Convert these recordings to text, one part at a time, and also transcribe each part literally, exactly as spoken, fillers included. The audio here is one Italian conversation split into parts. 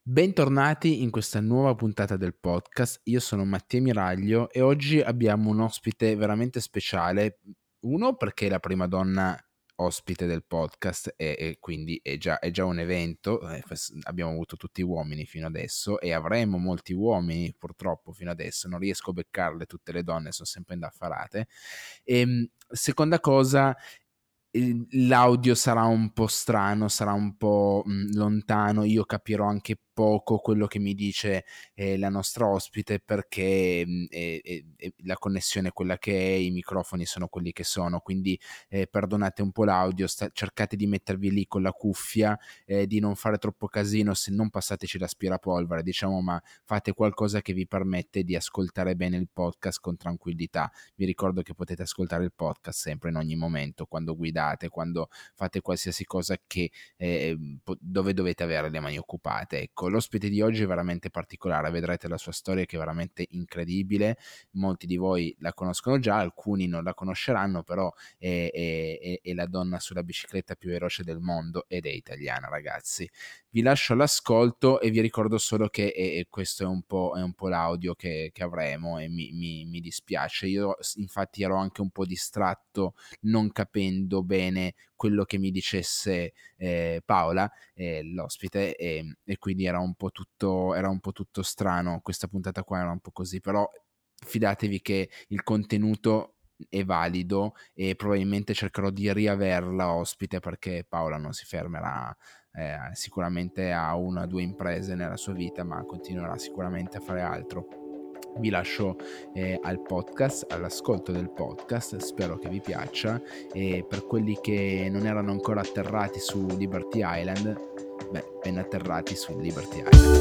Bentornati in questa nuova puntata del podcast. Io sono Mattia Miraglio e oggi abbiamo un ospite veramente speciale. Uno, perché è la prima donna ospite del podcast e, e quindi è già, è già un evento. Eh, fas- abbiamo avuto tutti uomini fino adesso e avremo molti uomini purtroppo fino adesso. Non riesco a beccarle tutte le donne, sono sempre indaffarate. E, seconda cosa, il- l'audio sarà un po' strano, sarà un po' mh, lontano, io capirò anche poco quello che mi dice eh, la nostra ospite perché mh, è- è- è- la connessione è quella che è, i microfoni sono quelli che sono, quindi eh, perdonate un po' l'audio, sta- cercate di mettervi lì con la cuffia, eh, di non fare troppo casino, se non passateci l'aspirapolvere, diciamo, ma fate qualcosa che vi permette di ascoltare bene il podcast con tranquillità. Vi ricordo che potete ascoltare il podcast sempre in ogni momento, quando guidate, quando fate qualsiasi cosa che, eh, dove dovete avere le mani occupate. Ecco, l'ospite di oggi è veramente particolare, vedrete la sua storia che è veramente incredibile, molti di voi la conoscono già, alcuni non la conosceranno, però è, è, è, è la donna sulla bicicletta più veloce del mondo ed è italiana, ragazzi. Vi lascio all'ascolto e vi ricordo solo che e questo è un po', è un po' l'audio che, che avremo e mi, mi, mi dispiace. Io infatti ero anche un po' distratto non capendo bene quello che mi dicesse eh, Paola, eh, l'ospite, e, e quindi era un po' tutto, era un po' tutto strano. Questa puntata qua era un po' così, però fidatevi che il contenuto è valido e probabilmente cercherò di riaverla ospite perché Paola non si fermerà, eh, sicuramente ha una o due imprese nella sua vita, ma continuerà sicuramente a fare altro. Vi lascio eh, al podcast, all'ascolto del podcast, spero che vi piaccia e per quelli che non erano ancora atterrati su Liberty Island, beh, ben atterrati su Liberty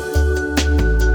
Island.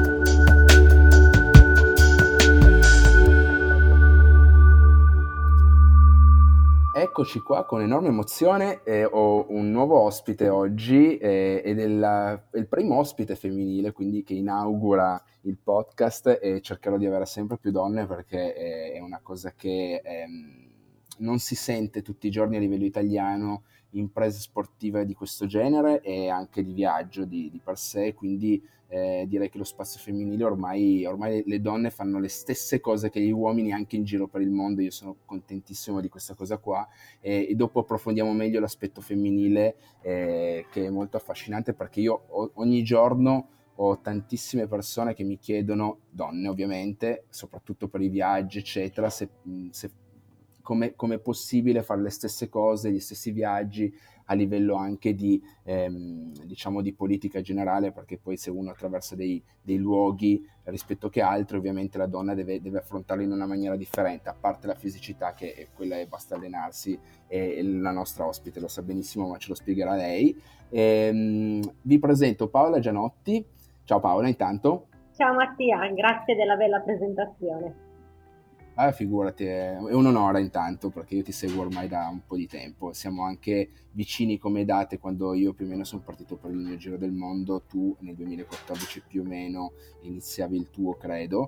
Eccoci qua con enorme emozione, eh, ho un nuovo ospite oggi eh, ed è la- è il primo ospite femminile, quindi che inaugura il podcast e cercherò di avere sempre più donne perché è, è una cosa che ehm, non si sente tutti i giorni a livello italiano, imprese sportive di questo genere e anche di viaggio di, di per sé, quindi eh, direi che lo spazio femminile ormai, ormai le donne fanno le stesse cose che gli uomini anche in giro per il mondo, io sono contentissimo di questa cosa qua e, e dopo approfondiamo meglio l'aspetto femminile eh, che è molto affascinante perché io o, ogni giorno ho tantissime persone che mi chiedono, donne ovviamente, soprattutto per i viaggi eccetera, se, se come è possibile fare le stesse cose, gli stessi viaggi a livello anche di, ehm, diciamo, di politica generale, perché poi se uno attraversa dei, dei luoghi rispetto che altri, ovviamente la donna deve, deve affrontarlo in una maniera differente, a parte la fisicità che è quella è basta allenarsi e la nostra ospite lo sa benissimo, ma ce lo spiegherà lei. Ehm, vi presento Paola Gianotti. Ciao Paola, intanto. Ciao Mattia, grazie della bella presentazione. Ah, figurati, è un onore intanto perché io ti seguo ormai da un po' di tempo, siamo anche vicini come date quando io più o meno sono partito per il mio giro del mondo, tu nel duemilaquattordici più o meno iniziavi il tuo, credo,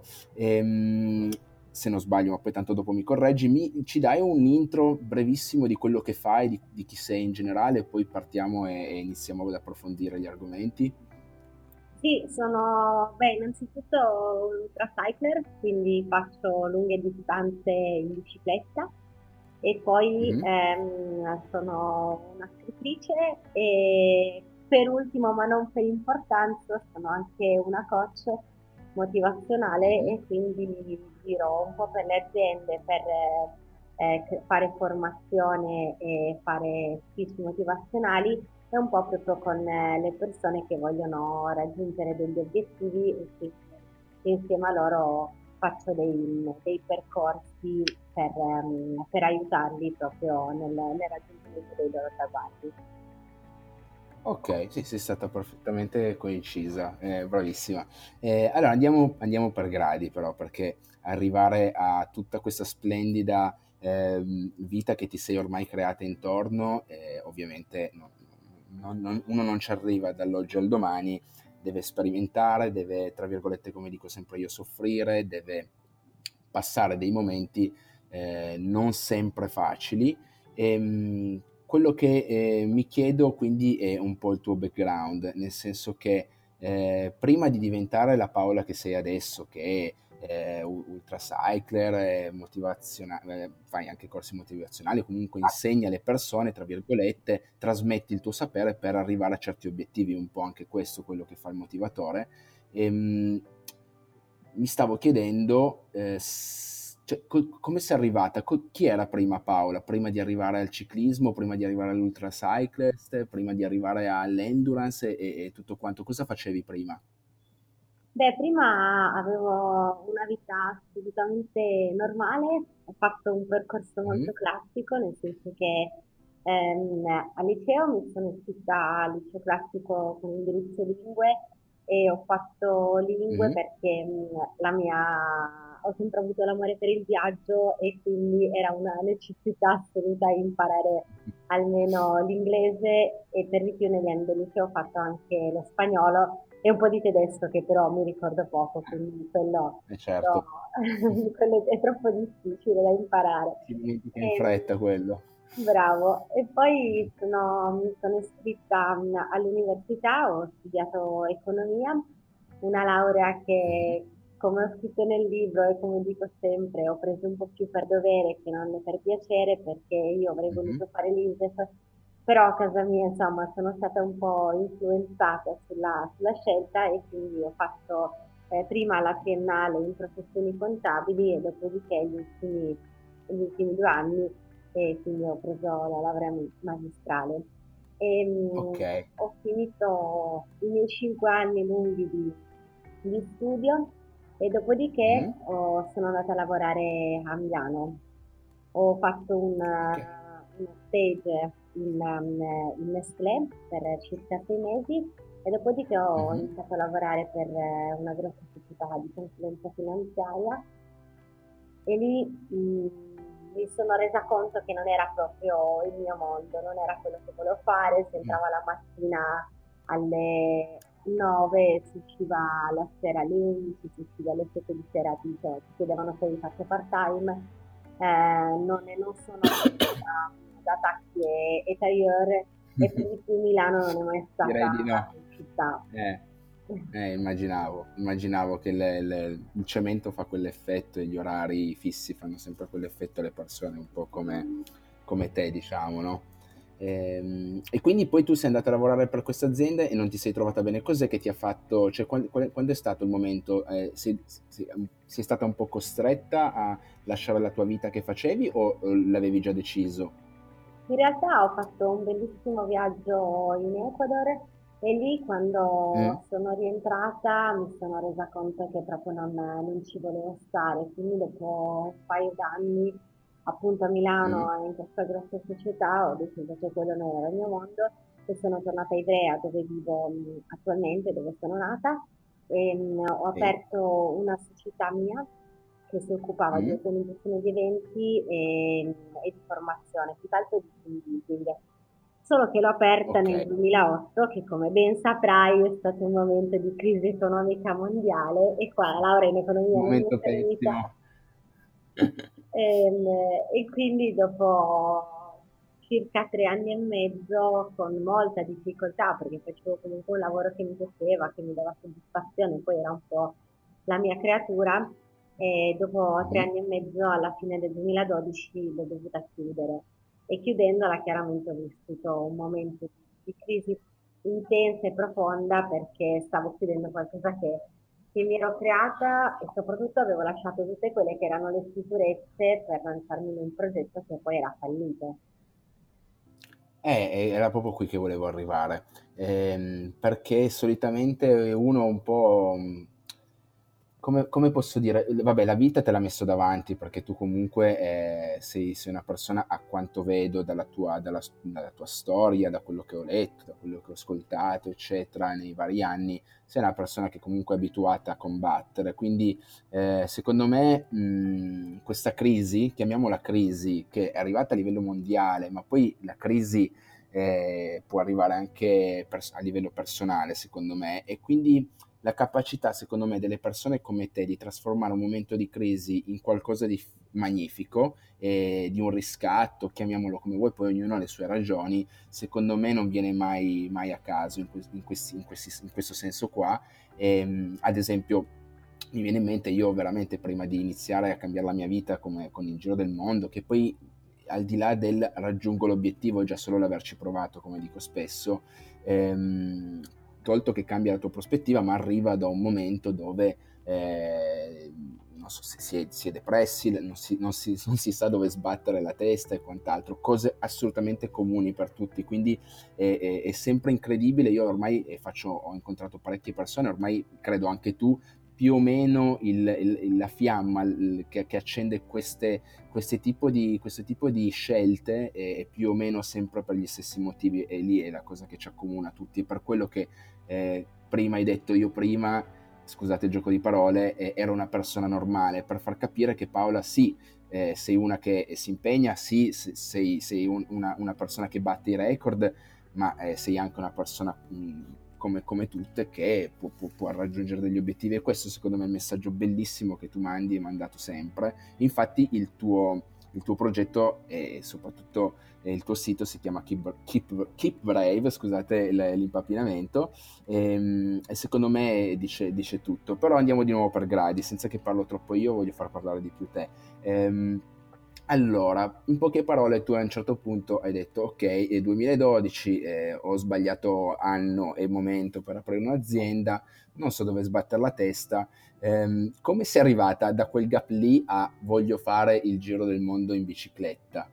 e, se non sbaglio, ma poi tanto dopo mi correggi, mi, ci dai un intro brevissimo di quello che fai, di, di chi sei in generale, e poi partiamo e, e iniziamo ad approfondire gli argomenti. Sì, sono, beh, innanzitutto un ultracycler, quindi faccio lunghe distanze in bicicletta e poi Mhm. ehm, sono una scrittrice e per ultimo, ma non per importanza, sono anche una coach motivazionale Mhm. e quindi giro un po' per le aziende per eh, cre- fare formazione e fare speech motivazionali e un po' proprio con eh, le persone che vogliono raggiungere degli obiettivi e quindi insieme a loro faccio dei, dei percorsi per, ehm, per aiutarli proprio nel, nel raggiungimento dei loro traguardi. Ok, sì, sei stata perfettamente concisa, eh, bravissima. Eh, allora andiamo, andiamo per gradi però, perché arrivare a tutta questa splendida ehm, vita che ti sei ormai creata intorno, eh, ovviamente non- non- non- uno non ci arriva dall'oggi al domani, deve sperimentare, deve, tra virgolette, come dico sempre io, soffrire, deve passare dei momenti eh, non sempre facili. Ehm, quello che eh, mi chiedo quindi è un po' il tuo background, nel senso che eh, prima di diventare la Paola che sei adesso, che è eh, ultra cycler, è motivazionale, fai anche corsi motivazionali, comunque insegni alle persone, tra virgolette, trasmetti il tuo sapere per arrivare a certi obiettivi, un po' anche questo quello che fa il motivatore. Ehm, mi stavo chiedendo, eh, s- cioè, co- come sei arrivata? Co- chi era prima Paola? Prima di arrivare al ciclismo, prima di arrivare all'ultra cyclist, prima di arrivare all'endurance e, e tutto quanto? Cosa facevi prima? Beh, prima avevo una vita assolutamente normale, ho fatto un percorso molto Mhm, classico, nel senso che ehm, al liceo mi sono iscritta al liceo classico con indirizzo lingue e ho fatto lingue mhm. perché mh, la mia, ho sempre avuto l'amore per il viaggio e quindi era una necessità assoluta imparare almeno l'inglese e per di più negli anni del liceo ho fatto anche lo spagnolo e un po' di tedesco che però mi ricordo poco, quindi quello, Eh no, certo, quello è troppo difficile da imparare. si dimentica in Ehm, fretta quello. Bravo, e poi sono- mi sono iscritta mh, all'università, ho studiato economia, una laurea Mhm, che, come ho scritto nel libro e come dico sempre, ho preso un po' più per dovere che non per piacere, perché io avrei mhm. voluto fare l'I S E F, però a casa mia, insomma, sono stata un po' influenzata sulla, sulla scelta e quindi ho fatto eh, prima la triennale in professioni contabili e dopodiché gli ultimi, gli ultimi due anni e quindi ho preso la laurea mi- magistrale. E, Ok. mh, ho finito i miei cinque anni lunghi di, di studio e dopodiché Mhm. ho- sono andata a lavorare a Milano. Ho fatto una, Ok. una stage in, um, in Nestlé per circa sei mesi e dopodiché ho Mhm. iniziato a lavorare per eh, una grossa società di consulenza finanziaria e lì mh, mi sono resa conto che non era proprio il mio mondo, non era quello che volevo fare, si Mm. entrava la mattina alle nove, si usciva la sera alle undici, si usciva alle sette di sera, ti, cioè, ti chiedevano se avevi fatto part-time, eh, non, non sono da, da tacchi e, e tailleur e per di più Milano non è mai stata Direi di la no. mia città. Eh, eh, immaginavo, immaginavo che le- le- il cemento fa quell'effetto e gli orari fissi fanno sempre quell'effetto alle persone, un po' come, come te, diciamo, no? Ehm, E, quindi poi tu sei andata a lavorare per questa azienda e non ti sei trovata bene. Cos'è che ti ha fatto, cioè qual- qual- quando è stato il momento? Eh, sei, sei- sei stata un po' costretta a lasciare la tua vita che facevi o eh, l'avevi già deciso? In realtà ho fatto un bellissimo viaggio in Ecuador e lì Mm, quando sono rientrata mi sono resa conto che proprio non, non ci volevo stare, quindi dopo un paio d'anni appunto a mm, Milano in questa grossa società ho deciso che quello non era il mio mondo e sono tornata a Ivrea dove vivo mh, attualmente, dove sono nata e mh, ho sì, aperto una società mia che si occupava di mm, organizzazione di eventi e, e di formazione, più che altro di team building. Solo che l'ho aperta ok, nel duemilaotto, che come ben saprai è stato un momento di crisi economica mondiale e qua la laurea in un economia non mi è momento servita. pessimo. Ehm, e quindi dopo circa tre anni e mezzo, con molta difficoltà, perché facevo comunque un lavoro che mi piaceva, che mi dava soddisfazione, poi era un po' la mia creatura, e dopo tre Mhm. anni e mezzo, alla fine del duemiladodici, l'ho dovuta chiudere. E chiudendola, chiaramente ho vissuto un momento di crisi intensa e profonda perché stavo chiudendo qualcosa che che mi ero creata e soprattutto avevo lasciato tutte quelle che erano le sicurezze per lanciarmi in un progetto che poi era fallito. Eh, era proprio qui che volevo arrivare, Ehm, perché solitamente uno un po', mh, come, come posso dire, vabbè, la vita te l'ha messo davanti perché tu comunque eh, sei, sei una persona, a quanto vedo dalla tua, dalla, dalla tua storia, da quello che ho letto, da quello che ho ascoltato, eccetera, nei vari anni, sei una persona che comunque è abituata a combattere, quindi eh, secondo me mh, questa crisi, chiamiamola crisi, che è arrivata a livello mondiale, ma poi la crisi eh, può arrivare anche pers- a livello personale, secondo me, e quindi la capacità, secondo me, delle persone come te di trasformare un momento di crisi in qualcosa di f- magnifico, eh, di un riscatto, chiamiamolo come vuoi, poi ognuno ha le sue ragioni, secondo me non viene mai, mai a caso in, que- in questi- in questi- in questo senso qua. Ehm, ad esempio, mi viene in mente, io veramente prima di iniziare a cambiare la mia vita come con il giro del mondo, che poi al di là del raggiungo l'obiettivo, già solo l'averci provato, come dico spesso, ehm, tolto che cambia la tua prospettiva, ma arriva da un momento dove eh, non so, se si è, si è depressi, non si, non, si, non si sa dove sbattere la testa e quant'altro, cose assolutamente comuni per tutti, quindi è, è, è sempre incredibile. Io ormai eh, faccio, ho incontrato parecchie persone, ormai credo anche tu, più o meno il, il, la fiamma il, che, che accende queste, queste tipo di, questo tipo di scelte è, è più o meno sempre per gli stessi motivi, e lì è la cosa che ci accomuna tutti. E per quello che eh, prima hai detto, io prima, scusate il gioco di parole, eh, ero una persona normale, per far capire che Paola sì, eh, sei una che si impegna, sì, sei, sei un, una, una persona che batte i record, ma eh, sei anche una persona mh, come, come tutte che può, può, può raggiungere degli obiettivi, e questo secondo me è il messaggio bellissimo che tu mandi e mandato sempre. Infatti il tuo, il tuo progetto e soprattutto il tuo sito si chiama Keep, Keep, Keep Brave, scusate l'impappinamento, e, e secondo me dice, dice tutto. Però andiamo di nuovo per gradi, senza che parlo troppo io, voglio far parlare di più te. Ehm, allora, in poche parole, tu a un certo punto hai detto: ok, è duemiladodici, eh, ho sbagliato anno e momento per aprire un'azienda, non so dove sbattere la testa. Ehm, come sei arrivata da quel gap lì a voglio fare il giro del mondo in bicicletta?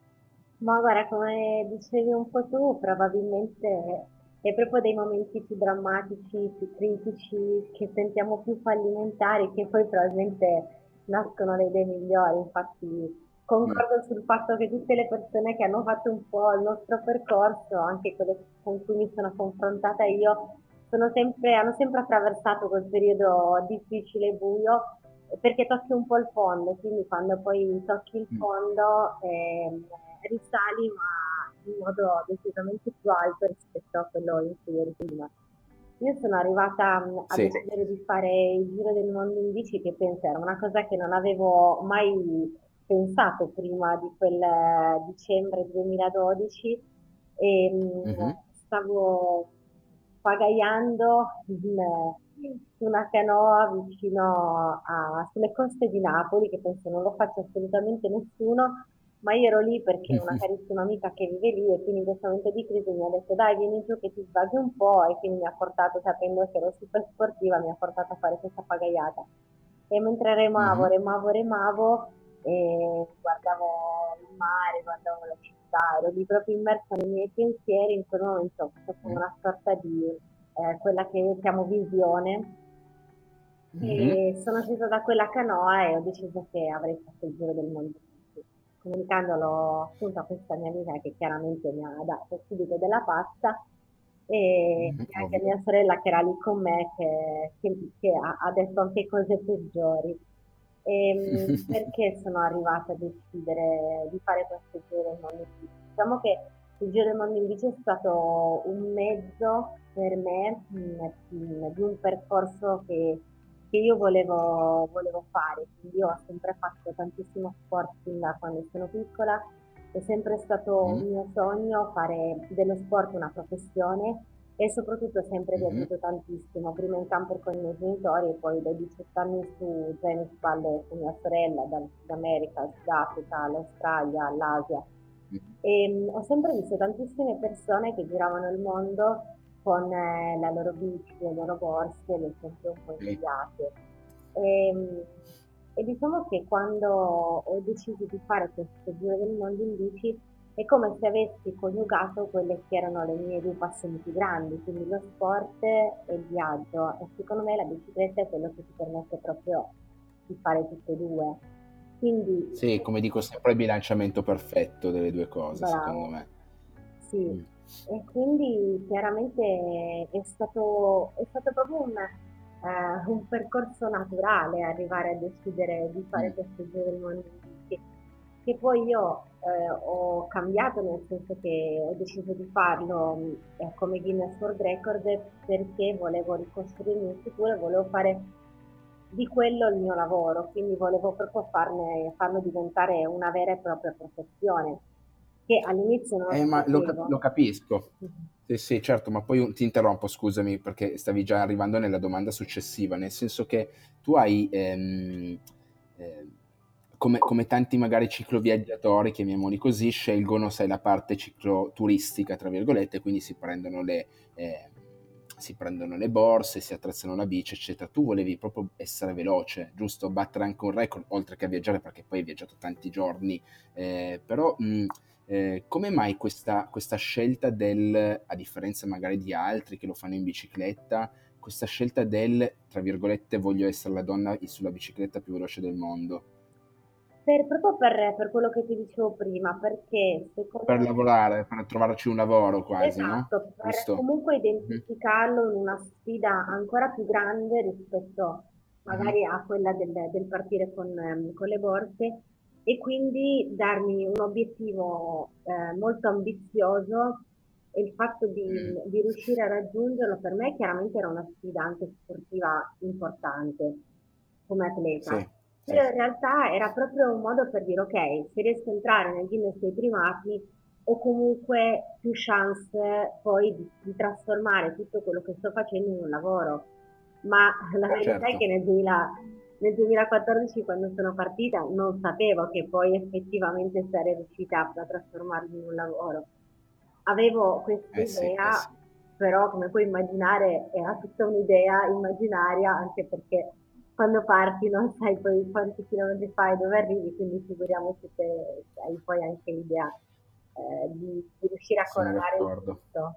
Ma guarda, come dicevi un po' tu, probabilmente è proprio dei momenti più drammatici, più critici, che sentiamo più fallimentari, che poi probabilmente nascono le idee migliori. Infatti Mm, concordo sul fatto che tutte le persone che hanno fatto un po' il nostro percorso, anche quelle con cui mi sono confrontata io, sono sempre, hanno sempre attraversato quel periodo difficile e buio, perché tocchi un po' il fondo, quindi quando poi tocchi il mm, fondo ehm, risali ma in modo decisamente più alto rispetto a quello in cui eri prima. Io sono arrivata mh, a sì. decidere di fare il giro del mondo in bici, che penso era una cosa che non avevo mai pensato prima di quel eh, dicembre duemiladodici, e mh, Mhm, stavo pagaiando in- su una canoa vicino a, sulle coste di Napoli, che penso non lo faccia assolutamente nessuno, ma io ero lì perché ho una mhm, carissima amica che vive lì e quindi in questo momento di crisi mi ha detto dai vieni giù che ti svaghi un po', e quindi mi ha portato, sapendo che ero super sportiva, mi ha portato a fare questa pagaiata. E mentre remavo, mhm, remavo, remavo, e guardavo il mare, guardavo la città, ero lì proprio immersa nei miei pensieri. In quel momento ho avuto come mhm, una sorta di eh, quella che io chiamo visione, mhm, e sono scesa da quella canoa e ho deciso che avrei fatto il giro del mondo. Comunicandolo appunto a questa mia amica, che chiaramente mi ha dato subito della pazza, e mhm, anche a ovvio. mia sorella che era lì con me, che, che- che ha, ha detto anche cose peggiori. Ehm, perché sono arrivata a decidere di fare questo giro del mondo in bici? Diciamo che il giro del mondo in bici è stato un mezzo per me mh, mh, di un percorso che, che io volevo, volevo fare. Quindi io ho sempre fatto tantissimo sport fin da quando sono piccola, è sempre stato Mhm, un mio sogno fare dello sport una professione, e soprattutto ho sempre mhm, viaggiato tantissimo, prima in camper con i miei genitori e poi dai diciotto anni su zaino in spalle con mia sorella, dal Sud America al Sudafrica, all'Australia, all'Asia. mhm, E mh, ho sempre visto tantissime persone che giravano il mondo con eh, la loro bici, le loro borse, le sempre un po' sì. invidiate. E, mh, e diciamo che quando ho deciso di fare questo giro del mondo in bici è come se avessi coniugato quelle che erano le mie due passioni più grandi, quindi lo sport e il viaggio. E secondo me la bicicletta è quello che ti permette proprio di fare tutte e due. Quindi, Sì, come dico sempre, il bilanciamento perfetto delle due cose, secondo bravo. me. Sì, Mm. e quindi chiaramente è stato, è stato proprio un, eh, un percorso naturale arrivare a decidere di fare Mm. questo giro del mondo in bici. che poi io eh, ho cambiato, nel senso che ho deciso di farlo mh, eh, come Guinness World Record perché volevo ricostruirmi il futuro e volevo fare di quello il mio lavoro, quindi volevo proprio farne, farlo diventare una vera e propria professione, che all'inizio non Eh, ma lo, cap- sapevo. lo capisco. Sì, sì, certo, ma poi un- ti interrompo, scusami, perché stavi già arrivando nella domanda successiva, nel senso che tu hai, ehm, ehm, come, come tanti magari cicloviaggiatori, chiamiamoli così, scelgono, sai, la parte cicloturistica, tra virgolette, quindi si prendono le, ehm, si prendono le borse, si attrezzano la bici, eccetera. Tu volevi proprio essere veloce, giusto? Battere anche un record, oltre che a viaggiare, perché poi hai viaggiato tanti giorni, eh, però... mh, eh, come mai questa, questa scelta del, a differenza magari di altri che lo fanno in bicicletta, questa scelta del, tra virgolette, voglio essere la donna sulla bicicletta più veloce del mondo? Per, proprio per, per quello che ti dicevo prima, perché secondo Per me, lavorare, per trovarci un lavoro quasi, no? esatto, per Giusto? comunque Mhm, identificarlo in una sfida ancora più grande rispetto mhm, magari a quella del, del partire con, ehm, con le borse e quindi darmi un obiettivo eh, molto ambizioso e il fatto di, mm, di riuscire a raggiungerlo per me chiaramente era una sfida anche sportiva importante come atleta. sì, Però sì, in realtà era proprio un modo per dire, ok, se riesco a entrare nel Guinness dei primati, ho comunque più chance poi di, di trasformare tutto quello che sto facendo in un lavoro. Ma la verità è che certo, nel duemila nel duemilaquattordici, quando sono partita, non sapevo che poi effettivamente sarei riuscita a trasformarlo in un lavoro. Avevo questa eh sì, eh idea, sì, però come puoi immaginare era tutta un'idea immaginaria, anche perché quando parti non sai poi quanti chilometri fai e dove arrivi, quindi figuriamoci se se hai poi anche l'idea eh, di, di riuscire a sono coronare il d'accordo. tutto.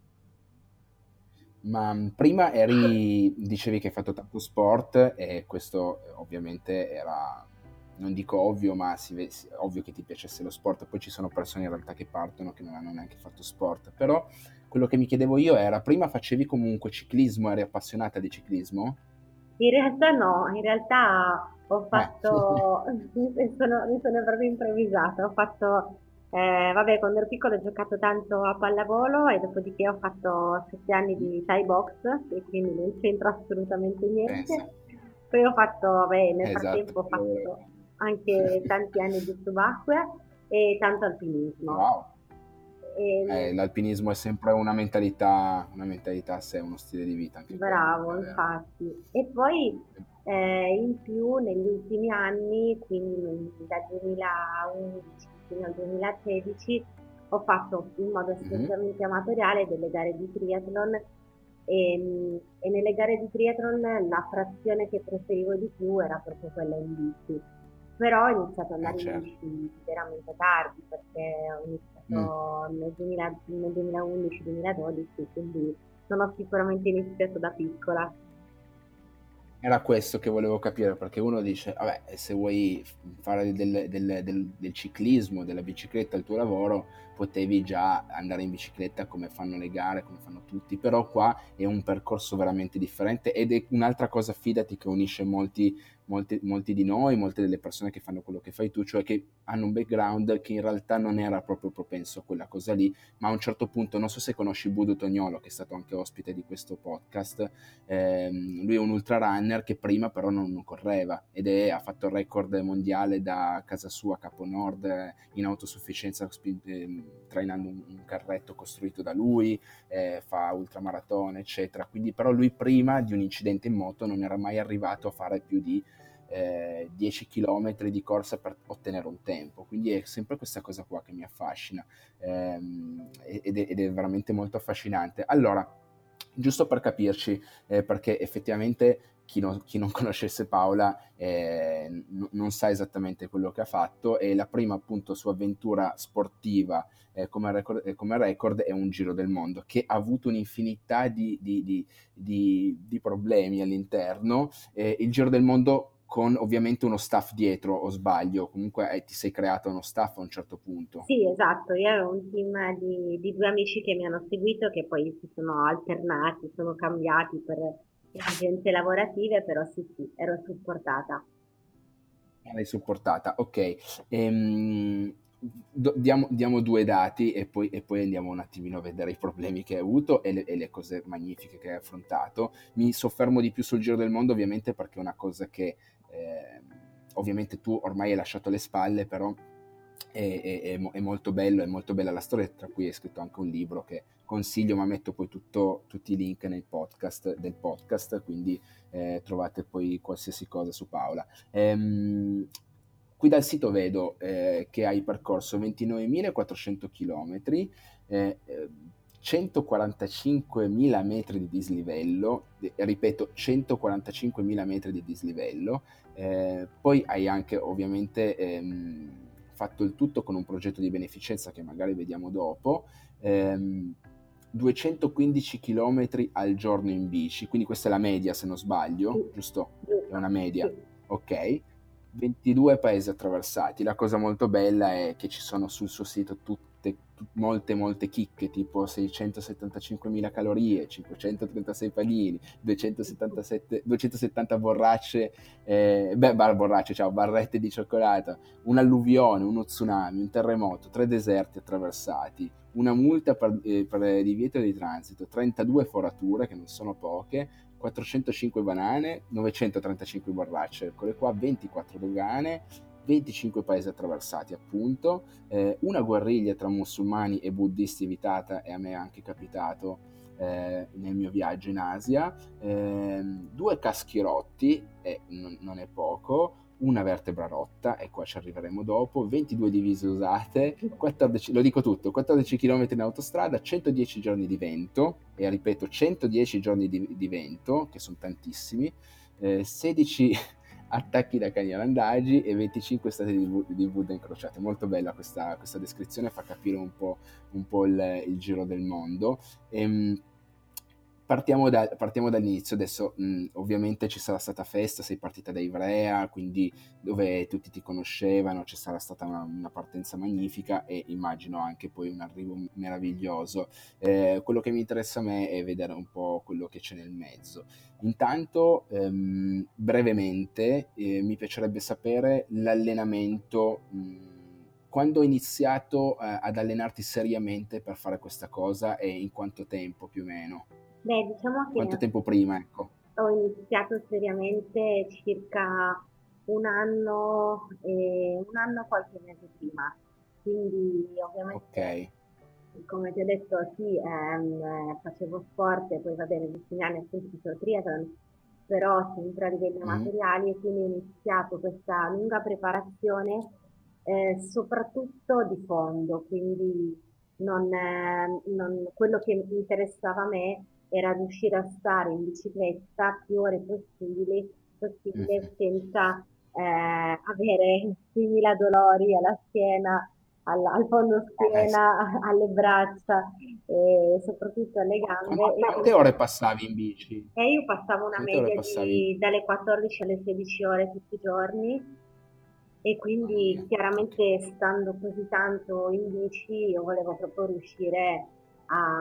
Ma mh, prima eri, dicevi che hai fatto tanto sport e questo eh, ovviamente era, non dico ovvio, ma si ve- si- ovvio che ti piacesse lo sport. Poi ci sono persone in realtà che partono che non hanno neanche fatto sport. Però quello che mi chiedevo io era, prima facevi comunque ciclismo, eri appassionata di ciclismo? In realtà no, in realtà ho Eh, fatto, mi sono, mi sono proprio improvvisata, ho fatto, eh, vabbè, quando ero piccola ho giocato tanto a pallavolo e dopodiché ho fatto sette anni di Thai box e quindi non c'entra assolutamente pensa, niente. Poi ho fatto, vabbè, nel esatto. frattempo ho fatto anche tanti anni di subacquea e tanto alpinismo. Wow. E Eh, l'alpinismo è sempre una mentalità, una mentalità a sé, uno stile di vita anche quello, è bravo, vero. infatti. E poi eh, in più negli ultimi anni, quindi dal duemilaundici fino al duemilasedici, ho fatto in modo Mhm. esclusivamente amatoriale delle gare di triathlon e, e nelle gare di triathlon la frazione che preferivo di più era proprio quella in bici. Però ho iniziato ad Eh andare in certo. bici veramente tardi perché ho Mm. iniziato nel duemila nel duemilaundici-duemiladodici, quindi non ho sicuramente iniziato da piccola. Era questo che volevo capire, perché uno dice, vabbè, se vuoi f- fare del, del- del- del ciclismo, della bicicletta il tuo lavoro, potevi già andare in bicicletta come fanno le gare, come fanno tutti, però qua è un percorso veramente differente ed è un'altra cosa, fidati, che unisce molti, molti, molti di noi, molte delle persone che fanno quello che fai tu, cioè che hanno un background che in realtà non era proprio propenso a quella cosa lì, ma a un certo punto, non so se conosci Budo Tognolo, che è stato anche ospite di questo podcast. Ehm, lui è un ultra runner che prima però non, non correva ed è, ha fatto il record mondiale da casa sua a Capo Nord eh, in autosufficienza spin- ehm, trainando un, un carretto costruito da lui, eh, fa ultramaratone eccetera, quindi però lui prima di un incidente in moto non era mai arrivato a fare più di eh, dieci chilometri di corsa per ottenere un tempo, quindi è sempre questa cosa qua che mi affascina, ehm, ed, è, ed è veramente molto affascinante. Allora, giusto per capirci, eh, perché effettivamente chi non, chi non conoscesse Paola eh, n- non sa esattamente quello che ha fatto, e la prima appunto sua avventura sportiva eh, come, record, eh, come record è un giro del mondo che ha avuto un'infinità di, di, di, di, di problemi all'interno, eh, il giro del mondo con ovviamente uno staff dietro, o sbaglio, comunque eh, ti sei creato uno staff a un certo punto. Sì, esatto, io avevo un team di, di due amici che mi hanno seguito, che poi si sono alternati, sono cambiati per esigenze lavorative, però sì, sì, ero supportata. L'hai supportata, ok. Ehm, do- diamo, diamo due dati e poi, e poi andiamo un attimino a vedere i problemi che hai avuto e le, e le cose magnifiche che hai affrontato. Mi soffermo di più sul Giro del Mondo ovviamente perché è una cosa che ehm, ovviamente tu ormai hai lasciato alle spalle, però è, è- è mo- è molto bello, è molto bella la storia, tra cui hai scritto anche un libro che consiglio, ma metto poi tutto- tutti i link nel podcast, del podcast, quindi eh, trovate poi qualsiasi cosa su Paola. Ehm, qui dal sito vedo eh, che hai percorso ventinovemilaquattrocento km, eh, eh, centoquarantacinquemila metri di dislivello, eh, ripeto centoquarantacinquemila metri di dislivello, eh, poi hai anche ovviamente ehm, fatto il tutto con un progetto di beneficenza che magari vediamo dopo, ehm, duecentoquindici chilometri al giorno in bici, quindi questa è la media se non Sì, sbaglio, giusto? È giusto, una media, sì. ok? ventidue paesi attraversati. La cosa molto bella è che ci sono sul suo sito tutte, tut- molte molte chicche, tipo seicentosettantacinquemila calorie, cinquecentotrentasei panini, duecentosettantasette, duecentosettanta borracce, eh, beh, bar, borracce, ciao, barrette di cioccolata, un'alluvione, uno tsunami, un terremoto, tre deserti attraversati, una multa per, eh, per divieto di transito, trentadue forature, che non sono poche, quattrocentocinque banane, novecentotrentacinque borracce, eccole qua, ventiquattro dogane, venticinque paesi attraversati appunto, eh, una guerriglia tra musulmani e buddisti evitata, e a me è anche capitato eh, nel mio viaggio in Asia, eh, due caschi rotti, e non, non è poco, una vertebra rotta, e qua ci arriveremo dopo, ventidue divise usate, quattordici, lo dico tutto, quattordici chilometri in autostrada, centodieci giorni di vento, e ripeto centodieci giorni di, di vento, che sono tantissimi, eh, sedici attacchi da cani randagi e venticinque stati di, di Buddha incrociate. Molto bella questa, questa descrizione, fa capire un po', un po il, il giro del mondo. Ehm, Partiamo, da, partiamo dall'inizio, adesso mh, ovviamente ci sarà stata festa, sei partita da Ivrea, quindi dove tutti ti conoscevano, c'è sarà stata una, una partenza magnifica e immagino anche poi un arrivo meraviglioso. Eh, quello che mi interessa a me è vedere un po' quello che c'è nel mezzo. Intanto, ehm, brevemente, eh, mi piacerebbe sapere l'allenamento, mh, quando hai iniziato eh, ad allenarti seriamente per fare questa cosa e in quanto tempo più o meno? Beh, diciamo che Quanto tempo prima, ecco. ho iniziato seriamente circa un anno e un anno qualche mese prima, quindi ovviamente, Ok. come ti ho detto, sì, ehm, eh, facevo sport e poi va bene, negli ultimi anni appunto facevo triathlon, però sempre a livelli Mhm. amatoriali e quindi ho iniziato questa lunga preparazione, eh, soprattutto di fondo, quindi non, eh, non- quello che mi interessava a me era riuscire a stare in bicicletta più ore possibili, Mhm. possibile senza eh, avere simila dolori alla schiena, al, al fondo Eh sì. schiena, alle braccia e soprattutto alle gambe. Ma E quante quindi ore passavi in bici? e io passavo una Quante ore media passavi in di dalle quattordici alle sedici ore tutti i giorni e Mamma quindi mia. Ok. chiaramente stando così tanto in bici io volevo proprio riuscire a,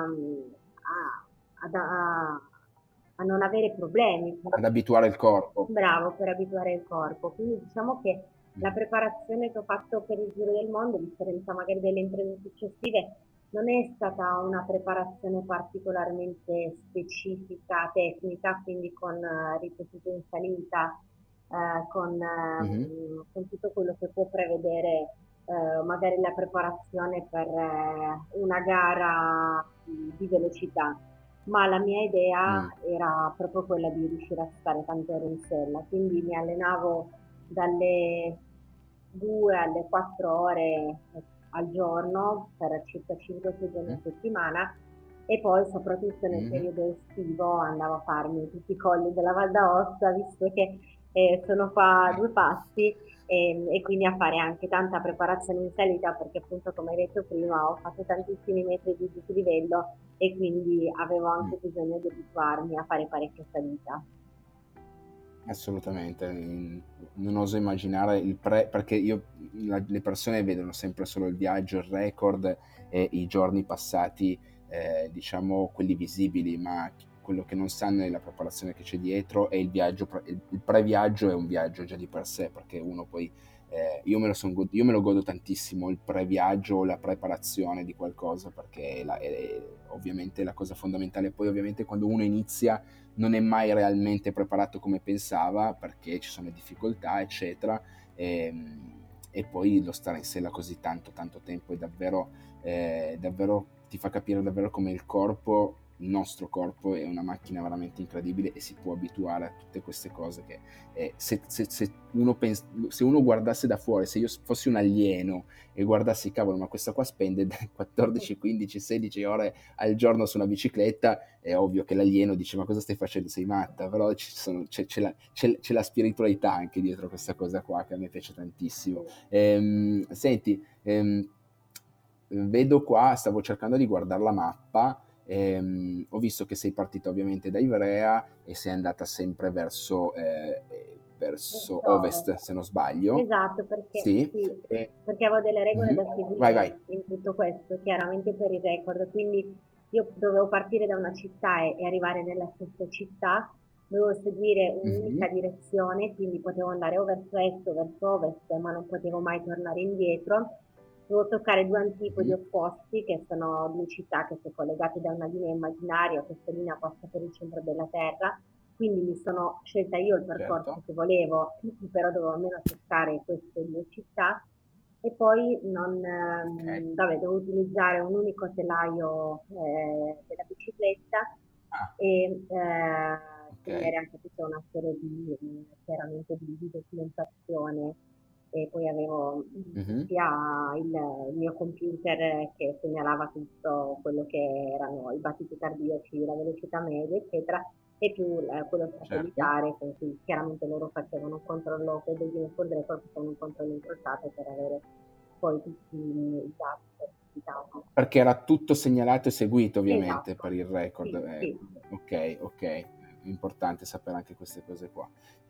a- ad- a- a non avere problemi. Ad abituare il corpo. Bravo, per abituare il corpo. Quindi diciamo che la Mhm. preparazione che ho fatto per il Giro del Mondo, a differenza magari delle imprese successive, non è stata una preparazione particolarmente specifica, tecnica, quindi con eh, ripetute in salita, eh, con, Mhm. ehm, con tutto quello che può prevedere eh, magari la preparazione per eh, una gara di di velocità, ma la mia idea Mm. era proprio quella di riuscire a stare tante ore in sella, quindi mi allenavo dalle due alle quattro ore al giorno per circa cinque sei giorni a Mhm. settimana e poi soprattutto nel Mhm. periodo estivo andavo a farmi tutti i colli della Val d'Aosta, visto che eh, sono qua a due passi e, e quindi a fare anche tanta preparazione in salita perché appunto come hai detto prima ho fatto tantissimi metri di dislivello e quindi avevo Mm. anche bisogno di abituarmi a fare parecchia salita. Assolutamente, mm, non oso immaginare il pre, perché io, la- le persone vedono sempre solo il viaggio, il record e i giorni passati, eh, diciamo quelli visibili, ma quello che non sanno è la preparazione che c'è dietro, e il viaggio, pre- il il pre-viaggio è un viaggio già di per sé, perché uno poi, eh, io, me lo son god- io me lo godo tantissimo, il pre-viaggio, la preparazione di qualcosa, perché è la- è ovviamente la cosa fondamentale. Poi ovviamente quando uno inizia non è mai realmente preparato come pensava, perché ci sono difficoltà, eccetera, e, e poi lo stare in sella così tanto, tanto tempo è davvero, eh, davvero ti fa capire davvero come il corpo, il nostro corpo, è una macchina veramente incredibile e si può abituare a tutte queste cose che, eh, se, se- se uno pens- se uno guardasse da fuori, se io fossi un alieno e guardassi, cavolo, ma questa qua spende quattordici, quindici, sedici ore al giorno su una bicicletta, è ovvio che l'alieno dice: ma cosa stai facendo, sei matta? Però ci sono- c'è, c'è la, c'è- c'è la spiritualità anche dietro questa cosa qua, che a me piace tantissimo. Ehm, senti, ehm, vedo qua, stavo cercando di guardare la mappa, ehm, ho visto che sei partita ovviamente da Ivrea e sei andata sempre verso, eh, eh, verso Verso ovest, se non sbaglio. esatto, perché Sì. sì, E- perché avevo delle regole Mhm. da Vai, seguire vai. in tutto questo, chiaramente per il record, quindi io dovevo partire da una città e, e arrivare nella stessa città, dovevo seguire un'unica Mhm. direzione, quindi potevo andare o verso est o verso ovest, ma non potevo mai tornare indietro. Dovevo toccare due antipodi Mhm. opposti, che sono due città che sono collegate da una linea immaginaria, questa linea passa per il centro della Terra, quindi mi sono scelta io il percorso Certo. che volevo, però dovevo almeno toccare queste due città e poi non, Ok. ehm, vabbè, dovevo utilizzare un unico telaio eh, della bicicletta Ah, e eh, ok. tenere anche tutta una serie di, mh, chiaramente di, di documentazione e poi avevo mh, Mhm. sia il, il mio computer che segnalava tutto quello che erano i battiti cardiaci, la velocità media, eccetera, e più eh, quello Certo. satellitare, con cui chiaramente loro facevano un controllo, con dei Guinness World Record, facevano un controllo incrociato per avere poi tutti i dati certificati. Perché era tutto segnalato e seguito ovviamente per Esatto, il record. sì, eh, sì. ok, ok, è importante sapere anche queste cose qua.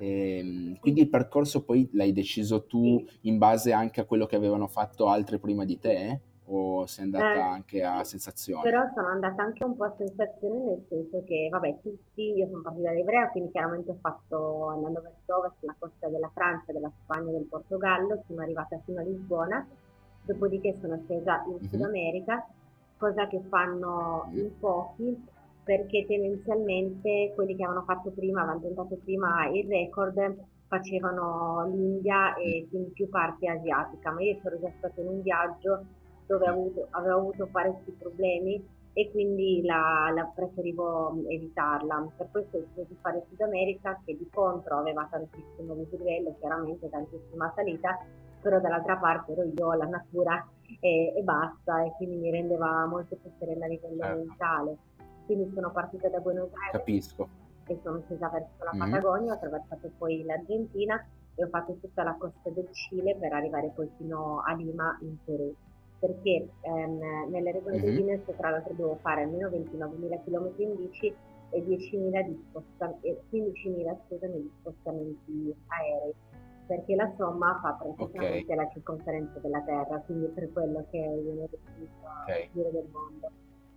Ehm, Sì, quindi il percorso poi l'hai deciso tu sì, in base anche a quello che avevano fatto altri prima di sì. te? O sei Eh, andata anche a sì, sensazione? però sono andata anche un po' a sensazione nel senso che, vabbè, tutti, io sono partita da Ivrea, quindi chiaramente ho fatto, andando verso ovest, la costa della Francia, della Spagna e del Portogallo, sono arrivata fino a Lisbona, dopodiché sono scesa in Sud Mhm. America, cosa che fanno Mhm. in pochi, perché tendenzialmente quelli che avevano fatto prima, avevano tentato prima il record, facevano l'India Mm. e quindi più parte asiatica, ma io ero già stata in un viaggio dove Mm. avevo avuto, avevo avuto parecchi problemi e quindi la, la preferivo evitarla. Per questo ho deciso di fare Sud America che di contro aveva tantissimo dislivello, chiaramente tantissima salita, però dall'altra parte ero io, la natura e, e basta e quindi mi rendeva molto più serena a livello Certo, mentale. Quindi sono partita da Buenos Aires capisco. e sono scesa verso la Mhm. Patagonia, ho attraversato poi l'Argentina e ho fatto tutta la costa del Cile per arrivare poi fino a Lima in Perù. Perché ehm, nelle regole del Mhm. Guinness tra l'altro devo fare almeno ventinovemila km in bici e diecimila di sposta- e quindicimila scusami, di spostamenti aerei, perché la somma fa Ok, praticamente la circonferenza della Terra, quindi per quello che viene definito il ok, giro del mondo.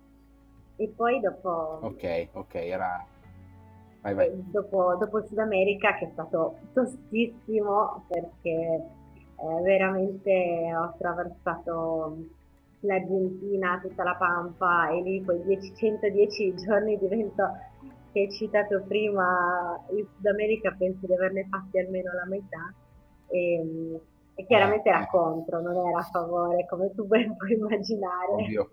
E poi dopo ok, ok, era... Vai, vai. e dopo, dopo il Sud America che è stato tostissimo perché eh, veramente ho attraversato l'Argentina, tutta la Pampa e lì quei dieci, centodieci giorni di vento che hai citato prima, il Sud America penso di averne fatti almeno la metà e, e Eh, chiaramente era eh, contro, non era a favore come tu ben puoi immaginare. ovvio,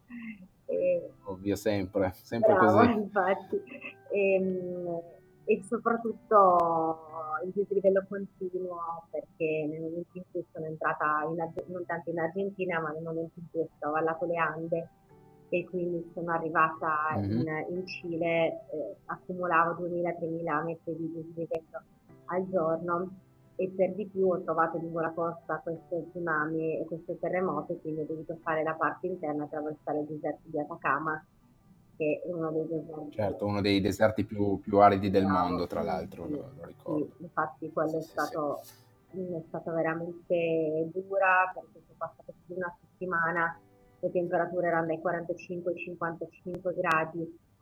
E, ovvio, sempre, sempre Bravo, così. infatti. Ehm, E, soprattutto il dislivello continuo perché nel momento in cui sono entrata in Arge- non tanto in Argentina, ma nel momento in cui stavo alla le Ande e quindi sono arrivata in, Mhm. in Cile, eh, accumulavo duemila-tremila metri di dislivello al giorno e per di più ho trovato lungo la costa questo tsunami e questo terremoto, quindi ho dovuto fare la parte interna, attraversare il deserto di Atacama, che è uno dei deserti Certo, uno dei deserti più, più aridi del mondo, bravo, tra mm, l'altro, sì, lo, lo sì, ricordo. infatti quello Sì, è sì, sì. stato, mm, è stata veramente dura perché sono passata più di una settimana, le temperature erano dai quarantacinque ai cinquantacinque gradi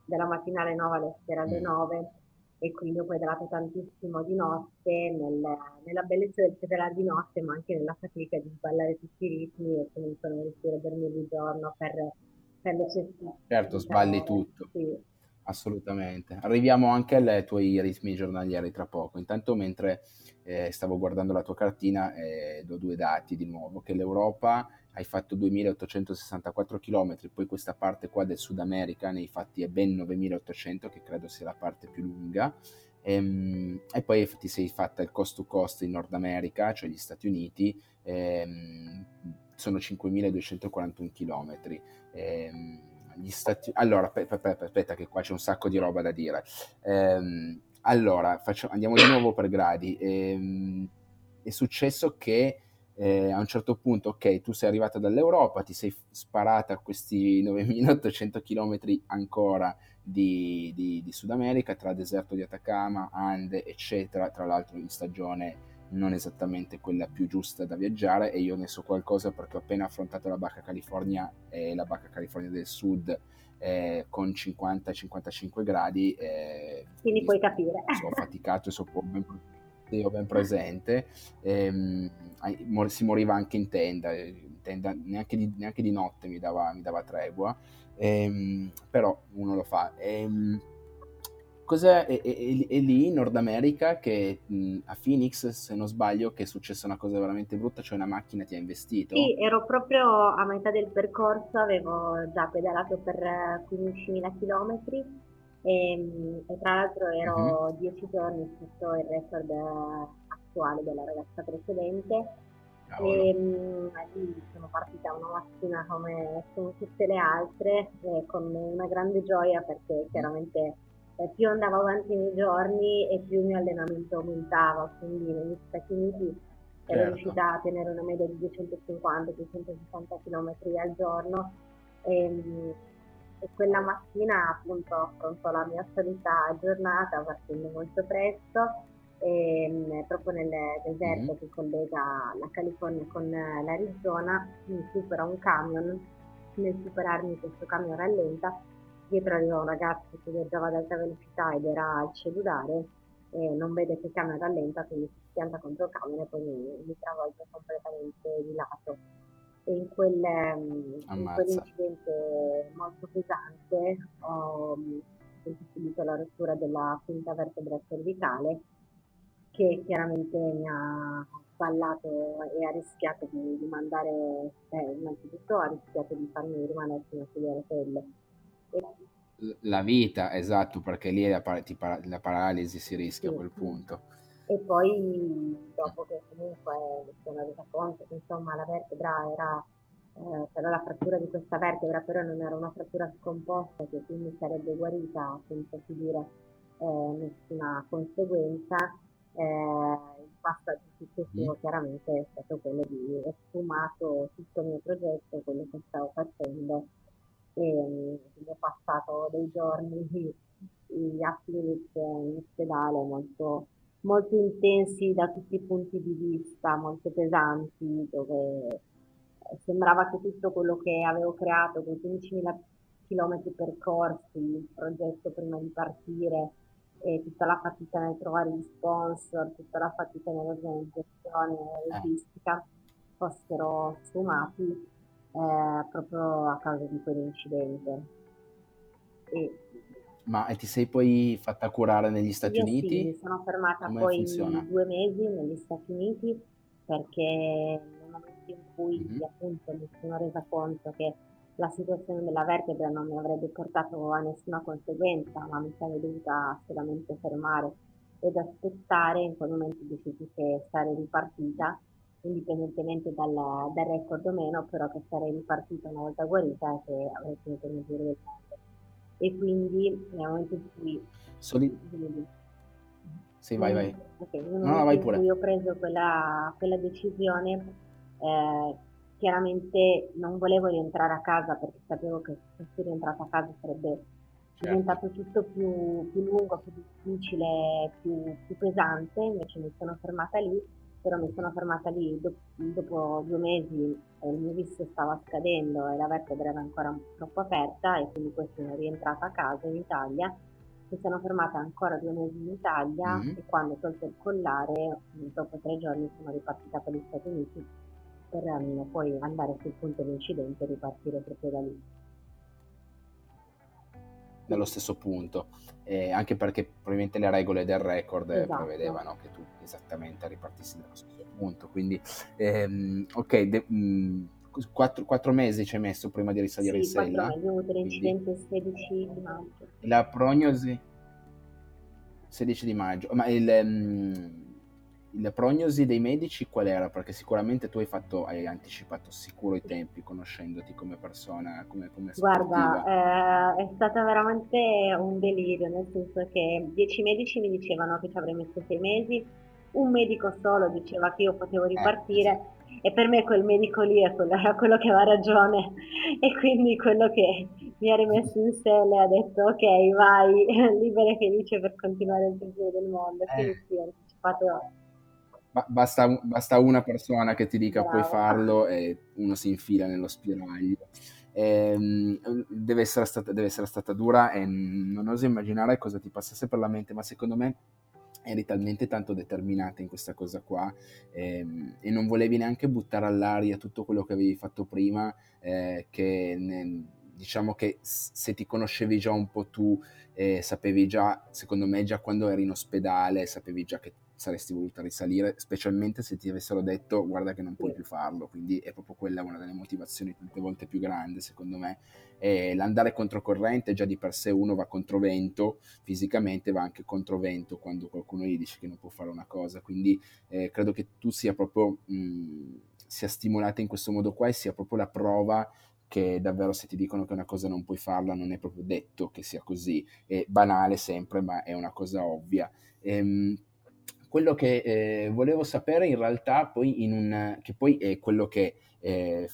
dalla mattina alle nove alla sera alle Mm. nove, e quindi ho pedalato tantissimo di notte, nel- nella bellezza del pedalare di notte, ma anche nella fatica di sballare tutti i ritmi e comunque non riuscire a dormire di giorno per, per necessità Certo, di sballi calore. tutto, Sì. assolutamente. Arriviamo anche ai tuoi ritmi giornalieri tra poco. Intanto, mentre eh, stavo guardando la tua cartina, eh, do due dati di nuovo, che l'Europa hai fatto duemilaottocentosessantaquattro km, poi questa parte qua del Sud America nei fatti è ben novemilaottocento, che credo sia la parte più lunga, ehm, e poi ti sei fatta il coast to coast in Nord America, cioè gli Stati Uniti, ehm, sono cinquemiladuecentoquarantuno km. Ehm, gli Stati... Allora, pe- pe- pe- aspetta che qua c'è un sacco di roba da dire. Ehm, allora, faccio- andiamo di nuovo per gradi. Ehm, è successo che eh, a un certo punto, ok, tu sei arrivata dall'Europa, ti sei f- sparata questi novemilaottocento km ancora di, di- di Sud America, tra deserto di Atacama, Ande, eccetera, tra l'altro in stagione non esattamente quella più giusta da viaggiare, e io ne so qualcosa perché ho appena affrontato la Bacca California e la Bacca California del Sud eh, con cinquanta cinquantacinque gradi, eh, Quindi quindi puoi capire. so, ho faticato e so, ho ben, sì, ho ben presente. Ehm, ai- mor- si moriva anche in tenda, eh, in tenda neanche, di, neanche di notte mi dava, mi dava tregua. Ehm, però uno lo fa. Ehm, cos'è, è, è- è lì in Nord America che mh, a Phoenix, se non sbaglio, che è successa una cosa veramente brutta, cioè una macchina ti ha investito? Sì, ero proprio a metà del percorso, avevo già pedalato per eh, quindicimila chilometri e, mm, e tra l'altro Mhm. ero dieci giorni sotto il record eh, attuale della ragazza precedente. Cavolo. E mm, lì sono partita una mattina come, come tutte le altre, eh, con una grande gioia perché Mhm. chiaramente eh, più andavo avanti nei giorni e più il mio allenamento aumentava, quindi negli Stati Uniti ero Certo. riuscita a tenere una media di duecentocinquanta-duecentosessanta km al giorno e, mm, e quella mattina appunto affronto la mia solita giornata partendo molto presto, e, proprio nel Mhm. deserto che collega la California con l'Arizona mi supera un camion. Nel superarmi questo camion rallenta, dietro arriva un ragazzo che viaggiava ad alta velocità ed era al cellulare e non vede che il camion rallenta, quindi si schianta contro il camion e poi mi, mi travolge completamente di lato. E in, quel, ehm, in Ammazza. quell'incidente molto pesante ho mm, subito la rottura della quinta vertebra cervicale, che chiaramente mi ha sballato e ha rischiato di, di mandare, eh, innanzitutto ha rischiato di farmi rimanere una sedia a rotelle. E, L- La vita, esatto, perché lì la, par- ti para- la paralisi si rischia a sì, quel punto. e poi dopo che comunque mi sono resa conto che insomma la vertebra era, eh, c'era la frattura di questa vertebra, però non era una frattura scomposta che quindi sarebbe guarita senza subire eh, nessuna conseguenza. Eh, il passaggio Mhm. successivo chiaramente è stato quello di ho sfumato tutto il mio progetto, quello che stavo facendo, e mm, quindi ho passato dei giorni a Phoenix in ospedale molto molto intensi da tutti i punti di vista, molto pesanti, dove eh, sembrava che tutto quello che avevo creato, quei quindicimila chilometri percorsi, il progetto prima di partire, e tutta la fatica nel trovare gli sponsor, tutta la fatica nell'organizzazione Eh, logistica, fossero sfumati eh, proprio a causa di quell'incidente. E ma e ti sei poi fatta curare negli Stati io sì, Uniti? mi sono fermata Come poi funziona? due mesi negli Stati Uniti perché nel momento in cui Mhm. appunto mi sono resa conto che la situazione della vertebra non mi avrebbe portato a nessuna conseguenza, ma mi sarei dovuta solamente fermare ed aspettare, in quel momento ho deciso che sarei ripartita, indipendentemente dal, dal record o meno, però che sarei ripartita una volta guarita e che avrei finito il mio giro del mondo. E quindi nel momento in cui Soli... nel Sì, vai, nel vai. ok, nel No, no, momento vai in pure. cui ho preso quella quella decisione, ehm, chiaramente non volevo rientrare a casa perché sapevo che se fossi rientrata a casa sarebbe Certo. diventato tutto più più lungo, più difficile, più più pesante, invece mi sono fermata lì però mi sono fermata lì do- dopo due mesi, eh, il mio visto stava scadendo e la vertebra era ancora troppo aperta e quindi poi sono rientrata a casa in Italia. Mi sono fermata ancora due mesi in Italia Mhm. e quando ho tolto il collare, dopo tre giorni sono ripartita per gli Stati Uniti per ehm, poi andare sul punto dell'incidente e ripartire proprio da lì. Dallo Sì, stesso punto, eh, anche perché probabilmente le regole del record eh, esatto. prevedevano che tu esattamente ripartissi dallo stesso punto, quindi ehm, ok, de- mh, quattro, quattro mesi ci hai messo prima di risalire in Sì, quattro sella, mesi, ho avuto quindi l'incidente il sedici di maggio. la prognosi sedici di maggio, ma il, mh, la prognosi dei medici qual era? Perché sicuramente tu hai fatto, hai anticipato sicuro i tempi, conoscendoti come persona, come, come Guarda, sportiva. eh, è stata veramente un delirio, nel senso che dieci medici mi dicevano che ci avrei messo sei mesi, un medico solo diceva che io potevo Eh, esatto. ripartire e per me quel medico lì è quello, era quello che aveva ragione e quindi quello che mi ha rimesso in sella e ha detto ok, vai, libera e felice per continuare il tuo giro del mondo. Eh. Quindi sì, ho anticipato, Ba- basta, basta una persona che ti dica puoi brava. farlo e uno si infila nello spiraglio. Ehm, deve essere stata, deve essere stata dura e non oso immaginare cosa ti passasse per la mente, ma secondo me eri talmente tanto determinata in questa cosa qua, ehm, e non volevi neanche buttare all'aria tutto quello che avevi fatto prima, eh, che ne- diciamo che s- se ti conoscevi già un po' tu, eh, sapevi già, secondo me, già quando eri in ospedale, sapevi già che saresti voluta risalire, specialmente se ti avessero detto guarda che non Sì, puoi più farlo, quindi è proprio quella una delle motivazioni tante volte più grandi, secondo me. E l'andare controcorrente già di per sé uno va controvento, fisicamente va anche controvento quando qualcuno gli dice che non può fare una cosa, quindi eh, credo che tu sia proprio mh, sia stimolata in questo modo qua e sia proprio la prova che davvero se ti dicono che una cosa non puoi farla non è proprio detto che sia così, è banale sempre ma è una cosa ovvia. Ehm, quello che eh, volevo sapere in realtà poi in un, che poi è quello che eh,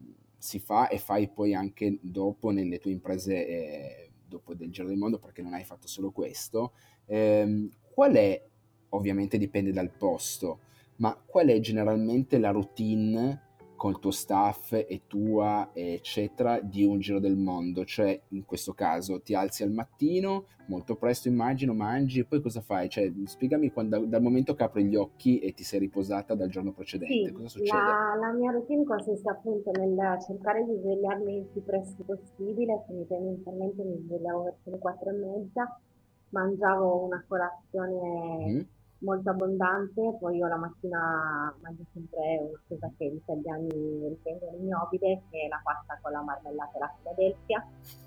si fa e fai poi anche dopo nelle tue imprese eh, dopo del Giro del Mondo perché non hai fatto solo questo, ehm, qual è, ovviamente dipende dal posto, ma qual è generalmente la routine col tuo staff e tua, eccetera, di un giro del mondo? Cioè, in questo caso, ti alzi al mattino, molto presto immagino, mangi, e poi cosa fai? Cioè, spiegami quando, dal momento che apri gli occhi e ti sei riposata dal giorno precedente, sì, cosa succede? la, la mia routine consiste appunto nel cercare di svegliarmi il più presto possibile, quindi tendenzialmente mi svegliavo verso le quattro e mezza, mangiavo una colazione Mhm. molto abbondante, poi io la mattina mangio sempre una cosa che gli italiani ritengono ignobile, che è la pasta con la marmellata e la Philadelphia,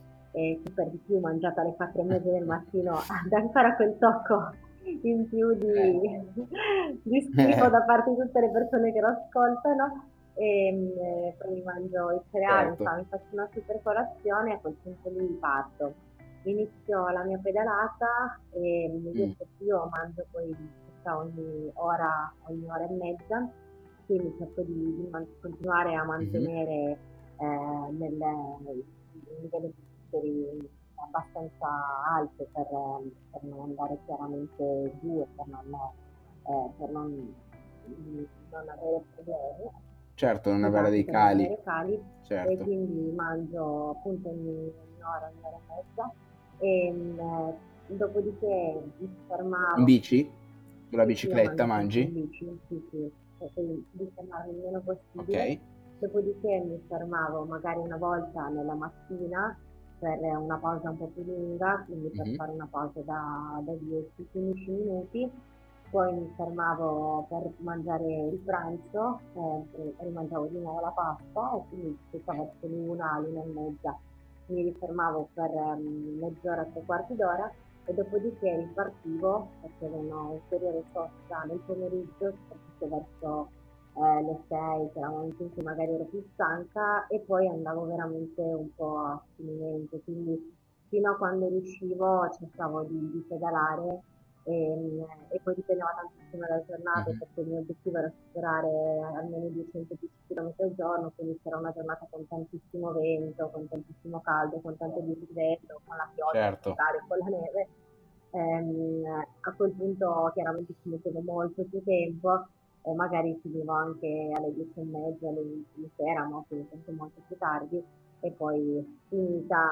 e che per di più mangiata alle quattro e mezza del mattino ad ancora quel tocco in più Eh. di, di schifo da parte di tutte le persone che lo ascoltano. E eh, poi mi mangio il cereale, Certo. insomma, mi faccio una super colazione e a quel punto lì parto. Inizio la mia pedalata e io Mm. io mangio poi circa ogni ora, ogni ora e mezza, quindi cerco di, di man- continuare a Mhm. mantenere eh, nel, nel livello di zuccheri abbastanza alto per, per non andare chiaramente giù e per non, eh, per non, non avere problemi, Certo, non avere esatto, dei per non cali. avere cali e Certo. quindi mangio appunto ogni, ogni ora, ogni ora e mezza e mh, dopodiché mi In fermavo, bici? Sulla sì sì, io bicicletta mangio sempre mangi? in bici, sì sì, cerco di, di fermarmi il meno Ok. possibile, dopodiché mi fermavo magari una volta nella mattina per una pausa un po' più lunga, quindi per Mhm. fare una pausa da, da dieci quindici minuti, poi mi fermavo per mangiare il pranzo, eh, e rimangiavo di nuovo la pasta e quindi circa verso l'una, l'una e mezza mi rifermavo per ehm, mezz'ora, tre quarti d'ora e dopodiché ripartivo perché avevo ulteriore sosta nel pomeriggio, soprattutto verso eh, le sei, che era un momento in cui magari ero più stanca e poi andavo veramente un po' a finimento, quindi fino a quando riuscivo cercavo di, di pedalare e, e poi dipendeva tantissimo dalle giornate Mhm. perché il mio obiettivo era superare almeno duecentodieci chilometri al giorno, quindi c'era una giornata con tantissimo vento, con tantissimo caldo, con tanto di livello, con la pioggia Certo. magari, con la neve. Ehm, a quel punto chiaramente ci mettevo molto più tempo e magari finivo anche alle dieci e mezza, alle undici di sera, no? Quindi sempre molto più tardi, e poi finita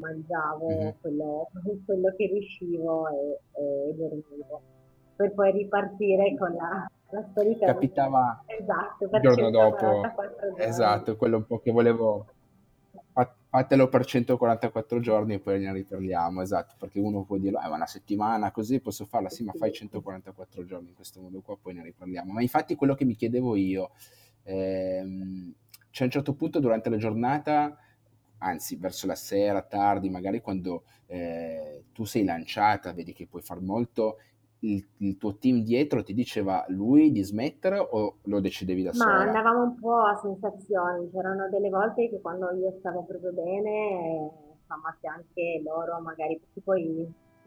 Mhm. mangiavo quello, quello che riuscivo e, e dormivo, per poi ripartire con la, la solita routine. Capitava Esatto, il per giorno dopo, centoquarantaquattro giorni. esatto, quello un po' che volevo. Fa- Fatelo per centoquarantaquattro giorni e poi ne riparliamo, esatto, perché uno può dire, ah, ma una settimana così posso farla, sì, ma Sì, fai sì. centoquarantaquattro giorni in questo modo qua, poi ne riparliamo. Ma infatti quello che mi chiedevo io, ehm, c'è un certo punto durante la giornata, anzi verso la sera, tardi, magari quando eh, tu sei lanciata, vedi che puoi far molto, il, il tuo team dietro ti diceva lui di smettere o lo decidevi da Ma sola? andavamo un po' a sensazioni, c'erano delle volte che quando io stavo proprio bene, eh, insomma, che anche loro magari, perché poi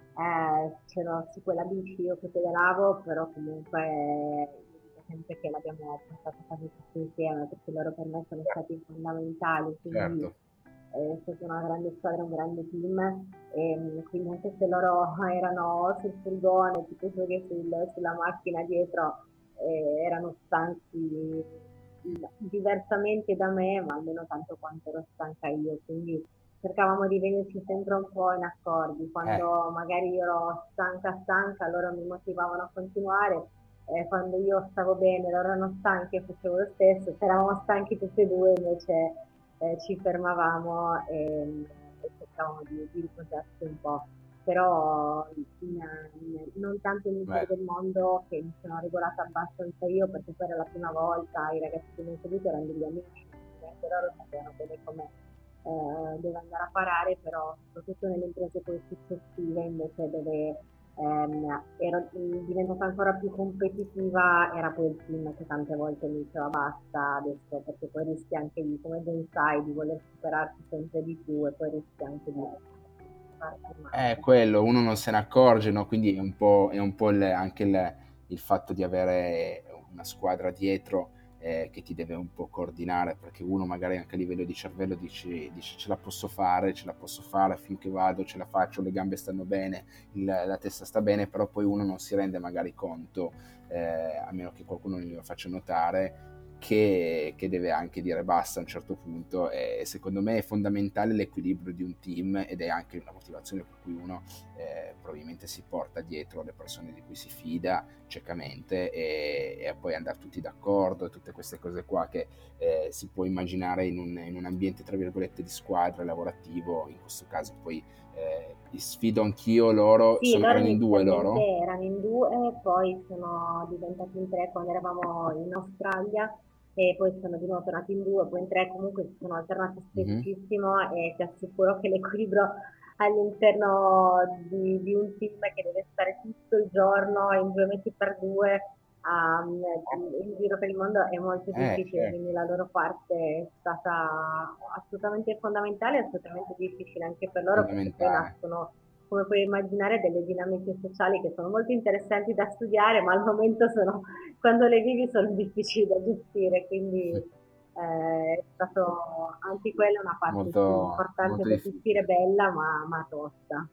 eh, c'ero su quella bici io che pedalavo, però comunque io dico sempre che l'abbiamo portata quasi tutti insieme, perché loro per me sono stati fondamentali, quindi Certo. eh, è stata una grande squadra, un grande team, e mm, quindi anche se loro erano sul furgone, piuttosto che sul- sulla macchina dietro, eh, erano stanchi mm, diversamente da me, ma almeno tanto quanto ero stanca io, quindi cercavamo di venirci sempre un po' in accordi. Eh, Quando magari io ero stanca stanca, loro mi motivavano a continuare, e quando io stavo bene, loro erano stanchi e facevo lo stesso. Se eravamo stanchi tutti e due, invece eh, ci fermavamo e, e cercavamo di, di riposarci un po'. Però in- in- non tanto nel giro beh, del mondo, che mi sono regolata abbastanza io, perché poi era la prima volta, i ragazzi che mi hanno seguito erano degli amici, quindi anche loro sapevano bene come eh, dove andare a parare, però soprattutto nelle imprese poi successive, invece, dove ehm, ero mh, diventata ancora più competitiva, era poi il team che tante volte mi diceva basta adesso, perché poi rischi anche di, come ben sai, di voler superarti sempre di più, e poi rischi anche di farti è male. quello, uno non se ne accorge, no? Quindi è un po', è un po' il- anche il, il fatto di avere una squadra dietro eh, che ti deve un po' coordinare, perché uno magari anche a livello di cervello dice, dice ce la posso fare, ce la posso fare finché vado, ce la faccio, le gambe stanno bene, il- la testa sta bene, però poi uno non si rende magari conto, eh, a meno che qualcuno glielo faccia notare, che, che deve anche dire basta a un certo punto, e secondo me è fondamentale l'equilibrio di un team ed è anche una motivazione per cui uno eh, probabilmente si porta dietro le persone di cui si fida ciecamente e, e poi andare tutti d'accordo, tutte queste cose qua che eh, si può immaginare in un, in un ambiente tra virgolette di squadra lavorativo. In questo caso poi eh, li sfido anch'io loro, Sì, sono, loro erano in due inizialmente loro. erano in due, poi sono diventati in tre quando eravamo in Australia, e poi sono di nuovo tornati in due, poi in tre. Comunque si sono alternati Mhm. spessissimo, e ti assicuro che l'equilibrio all'interno di, di un team che deve stare tutto il giorno in due metri per due a- in giro per il mondo è molto Eh, difficile, certo, quindi la loro parte è stata assolutamente fondamentale e assolutamente difficile anche per loro, perché poi fondamentale. nascono, come puoi immaginare, delle dinamiche sociali che sono molto interessanti da studiare, ma al momento sono, quando le vivi, sono difficili da gestire, quindi eh, è stato anche quella una parte sì, Molto, importante molto da gestire, difficile. bella ma, ma tosta.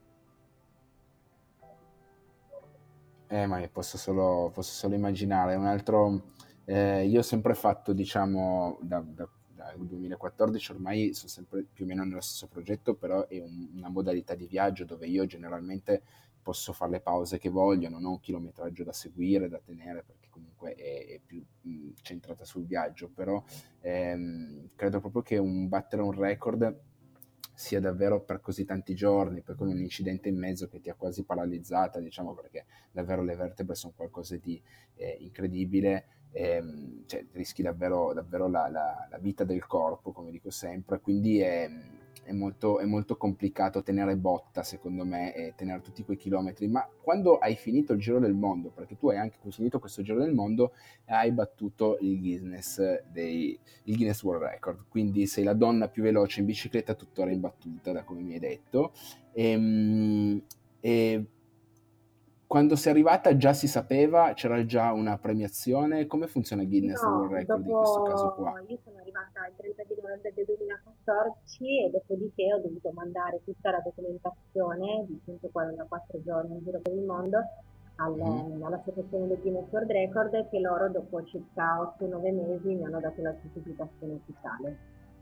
Eh, ma io posso solo, posso solo immaginare. Un altro, eh, io ho sempre fatto, diciamo, da, da- dal duemilaquattordici ormai sono sempre più o meno nello stesso progetto, però è un- una modalità di viaggio dove io generalmente posso fare le pause che voglio, non ho un chilometraggio da seguire, da tenere, perché comunque è, è più mh, centrata sul viaggio, però ehm, credo proprio che un battere un record sia davvero per così tanti giorni, poi con un incidente in mezzo che ti ha quasi paralizzata, diciamo, perché davvero le vertebre sono qualcosa di eh, incredibile, ehm, cioè, rischi davvero, davvero la, la- la vita del corpo, come dico sempre, quindi è, è molto, è molto complicato tenere botta, secondo me, e tenere tutti quei chilometri, ma quando hai finito il giro del mondo, perché tu hai anche finito questo giro del mondo, hai battuto il Guinness, dei, il Guinness World Record, quindi sei la donna più veloce in bicicletta tuttora imbattuta, da come mi hai detto. E, e quando sei arrivata già si sapeva, c'era già una premiazione. Come funziona il Guinness World No, Record in questo caso dopo qua? io sono arrivata il trenta di novembre del duemilaquattordici, e dopodiché ho dovuto mandare tutta la documentazione di centoquarantaquattro giorni in giro per il mondo, al- Mhm. all'associazione del Guinness World Record, che loro dopo circa otto nove mesi mi hanno dato la certificazione ufficiale.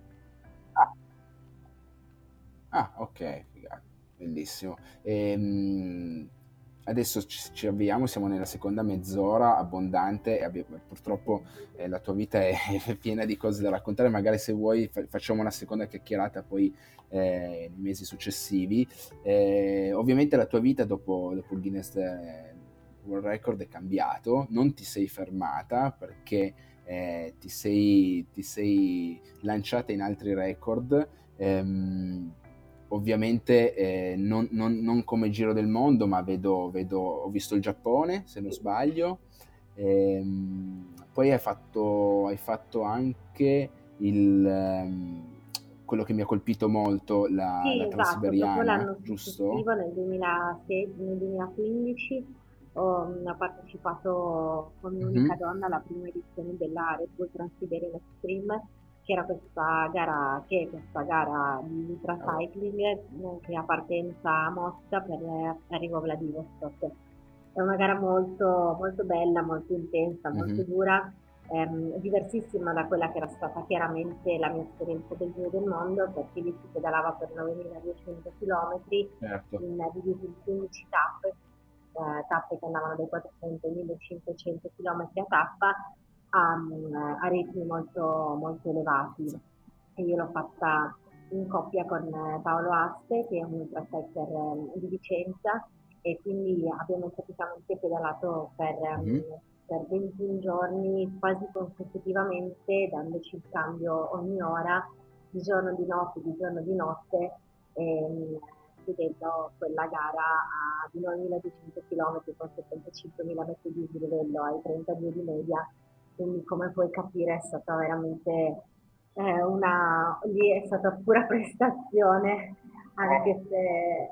Ah, ok, figata, bellissimo. Ehm, adesso ci, ci avviamo, siamo nella seconda mezz'ora abbondante e abbi- purtroppo eh, la tua vita è, è piena di cose da raccontare, magari se vuoi fa- facciamo una seconda chiacchierata poi eh, nei mesi successivi. Eh, ovviamente la tua vita dopo, dopo il Guinness eh, World Record è cambiato, non ti sei fermata perché eh, ti sei, ti sei lanciata in altri record. Ehm, ovviamente eh, non, non- non come giro del mondo, ma vedo, vedo- ho visto il Giappone, se non sbaglio. Ehm, poi hai fatto, hai fatto anche il, ehm, quello che mi ha colpito molto, la, Sì, la esatto, proprio Transiberiana, l'anno giusto? successivo, nel duemilasei, nel duemilaquindici, ho, mm, ho partecipato come unica Mhm, donna alla prima edizione della Red Bull Trans-Siberian Extreme, che era questa gara, che è questa gara di ultra cavolo. cycling eh, che ha partenza a Mosca per eh, arrivo a Vladivostok. È una gara molto, molto bella, molto intensa, molto Mhm, dura, ehm, diversissima da quella che era stata chiaramente la mia esperienza del Giro del Mondo, perché lì si pedalava per novemiladuecento chilometri certo. in divisi in quindici tappe, eh, tappe che andavano dai quattrocento ai millecinquecento chilometri a tappa a, mm, a ritmi molto, molto elevati. E io l'ho fatta in coppia con eh, Paolo Aste, che è un ultracycler eh, di Vicenza, e quindi abbiamo praticamente pedalato per, Mhm, ehm, per ventuno giorni quasi consecutivamente, dandoci il cambio ogni ora, di giorno di notte, di giorno di notte, ehm, chiudendo quella gara a di novemiladuecento chilometri con settantacinquemila metri di dislivello ai trentadue di media, quindi come puoi capire è stata veramente eh, una, lì è stata pura prestazione, anche se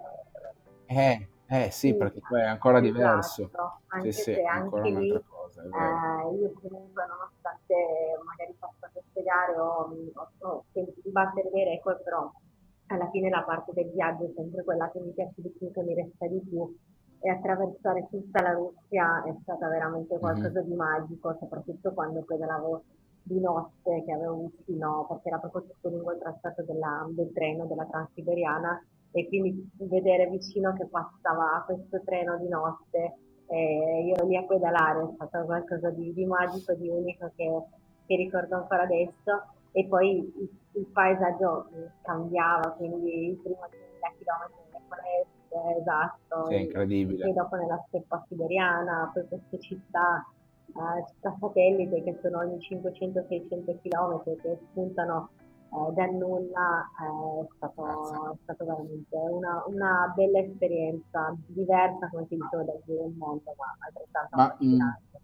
Eh, eh sì, sì, perché poi è ancora diverso. esatto, Sì, anche sì, se è ancora anche lì un'altra cosa, è vero. eh, io comunque nonostante magari faccia queste gare ho, ho, ho tento di battere dei record, però alla fine la parte del viaggio è sempre quella che mi piace di più, che mi resta di più, e attraversare tutta la Russia è stata veramente Mhm, qualcosa di magico, soprattutto quando pedalavo di notte, che avevo vicino, perché era proprio tutto lungo il tracciato della- del treno della Transiberiana, e quindi vedere vicino che passava questo treno di notte e io ero lì a pedalare, è stato qualcosa di, di magico, di unico che, che ricordo ancora adesso. E poi il, il paesaggio eh, cambiava, quindi i primi duemila chilometri nelle foreste, esatto, sì, è e poi incredibile. dopo nella steppa siberiana, poi queste città, eh, città satellite che sono ogni cinquecento seicento chilometri, che spuntano eh, dal nulla, eh, è Grazie. stato, è stato veramente una, una bella esperienza, diversa come ti dicevo dal giro del mondo, ma altrettanto Ma, mh, affascinante.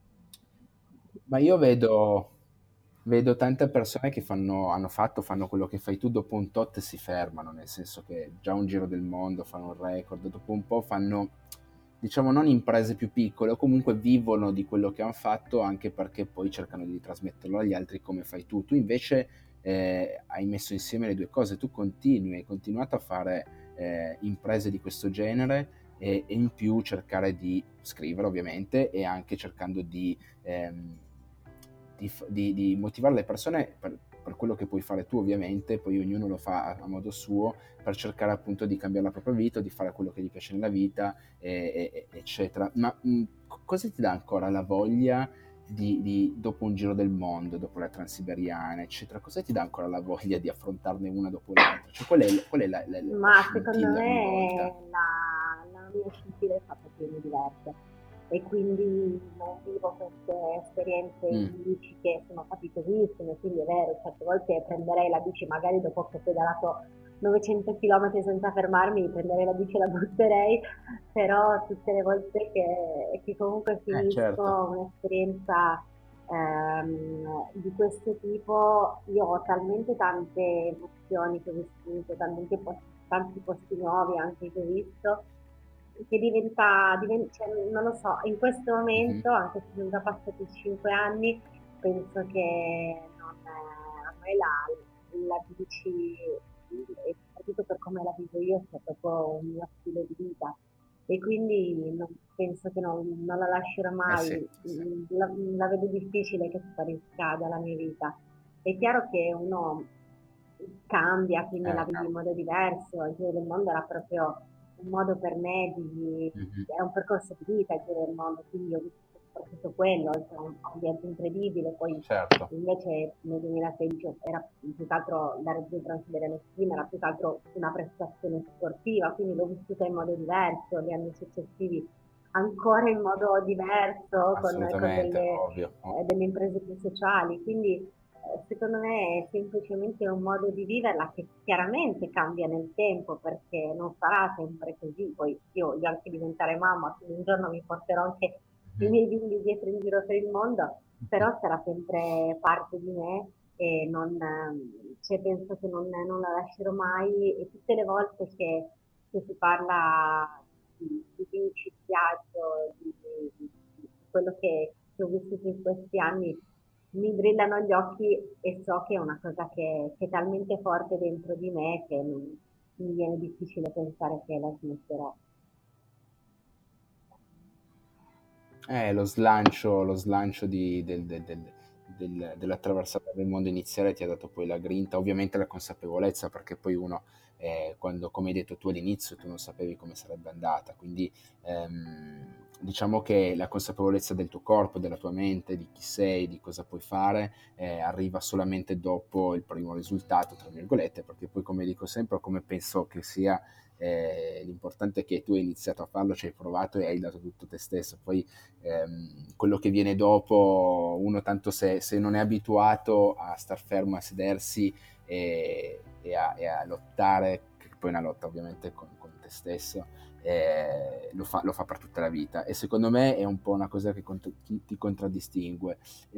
ma io vedo, vedo tante persone che fanno, hanno fatto, fanno quello che fai tu, dopo un tot si fermano, nel senso che già un giro del mondo, fanno un record, dopo un po' fanno, diciamo, non imprese più piccole, o comunque vivono di quello che hanno fatto, anche perché poi cercano di trasmetterlo agli altri come fai tu. Tu invece eh, hai messo insieme le due cose, tu continui, hai continuato a fare eh, imprese di questo genere e, e in più cercare di scrivere ovviamente e anche cercando di ehm, di, di- di motivare le persone per, per quello che puoi fare tu ovviamente, poi ognuno lo fa a, a modo suo, per cercare appunto di cambiare la propria vita, di fare quello che gli piace nella vita, e- e- eccetera. Ma mh, cosa ti dà ancora la voglia di, di- dopo un giro del mondo, dopo la Transiberiana, eccetera, cosa ti dà ancora la voglia di affrontarne una dopo l'altra? Cioè, qual è, qual è la, la- la Ma secondo scintilla ogni volta? me la, la mia scintilla è stata più diversa, e quindi non vivo queste esperienze Mm, in bici che sono faticosissime, quindi è vero, certe volte prenderei la bici magari dopo che ho pedalato novecento chilometri senza fermarmi, prenderei la bici e la butterei, però tutte le volte che, che comunque eh, certo. finisco un'esperienza ehm, di questo tipo, io ho talmente tante emozioni che ho vissuto, talmente po- tanti posti nuovi anche che ho visto, che diventa, diven- cioè, non lo so, in questo Mhm. momento, anche se sono già passati cinque anni, penso che non, eh, a me la, la bici, e soprattutto per come la vivo io, sia proprio un mio stile di vita. e quindi non- penso che non, non la lascerò Eh sì, mai, sì. mm, la, la vedo difficile che sparisca dalla mia vita. È chiaro che uno cambia, quindi la Eh, vedi in cavolo. modo diverso, il giro del mondo era proprio un modo per me di, Mhm. è un percorso di vita il giro del mondo, quindi ho visto soprattutto quello, oltre a un, a un viaggio incredibile, poi Certo. invece nel duemilasedici era più che altro la Red Bull Transideria Team, era più che altro una prestazione sportiva, quindi l'ho vissuta in modo diverso, gli anni successivi ancora in modo diverso, con, con Assolutamente, delle, ovvio. ovvio. eh, delle imprese più sociali, quindi eh, secondo me è semplicemente un modo di viverla che chiaramente cambia nel tempo perché non sarà sempre così, poi io voglio anche diventare mamma, quindi un giorno mi porterò anche i Mhm. miei bimbi dietro in giro per il mondo, Mhm. però sarà sempre parte di me e non, ehm, cioè penso che non, non la lascerò mai e tutte le volte che, che si parla di, di bici, di viaggio, di, di- di quello che, che ho vissuto in questi anni, mi brillano gli occhi e so che è una cosa che, che è talmente forte dentro di me che mi, mi viene difficile pensare che la smetterò. Eh, lo slancio, lo slancio di- del- del- del- del- dell'attraversata del mondo iniziale ti ha dato poi la grinta, ovviamente la consapevolezza, perché poi uno, eh, quando, come hai detto tu all'inizio, tu non sapevi come sarebbe andata, quindi ehm, diciamo che la consapevolezza del tuo corpo, della tua mente, di chi sei, di cosa puoi fare, eh, arriva solamente dopo il primo risultato, tra virgolette, perché poi, come dico sempre, come penso che sia, eh, l'importante è che tu hai iniziato a farlo, ci hai provato e hai dato tutto te stesso, poi ehm, quello che viene dopo, uno tanto se, se non è abituato a star fermo, a sedersi e, e, a, e a lottare, che poi è una lotta ovviamente con, con te stesso, eh, lo, fa, lo fa per tutta la vita e secondo me è un po' una cosa che cont- ti, ti contraddistingue.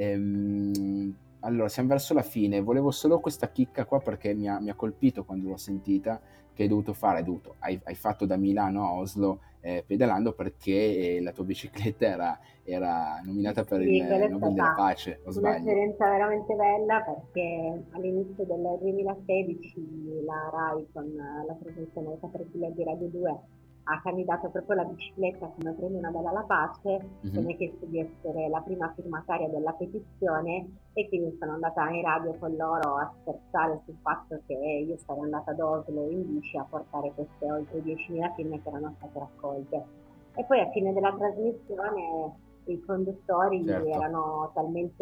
Ehm, allora, siamo verso la fine, volevo solo questa chicca qua perché mi ha, mi ha colpito quando l'ho sentita, che hai dovuto fare, hai, dovuto, hai, hai fatto da Milano a Oslo eh, pedalando perché eh, la tua bicicletta era, era nominata per Sì, il quella è Nobel della stata Pace, o sbaglio? un'esperienza veramente bella perché all'inizio del duemilasedici la RAI con la trasmissione del Caterpillar di Radio due ha candidato proprio la bicicletta come premio Nobel alla pace e Mhm. mi ha chiesto di essere la prima firmataria della petizione e quindi sono andata in radio con loro a scherzare sul fatto che io sarei andata ad Oslo in bici a portare queste oltre diecimila firme che erano state raccolte. E poi a fine della trasmissione i conduttori Certo. erano talmente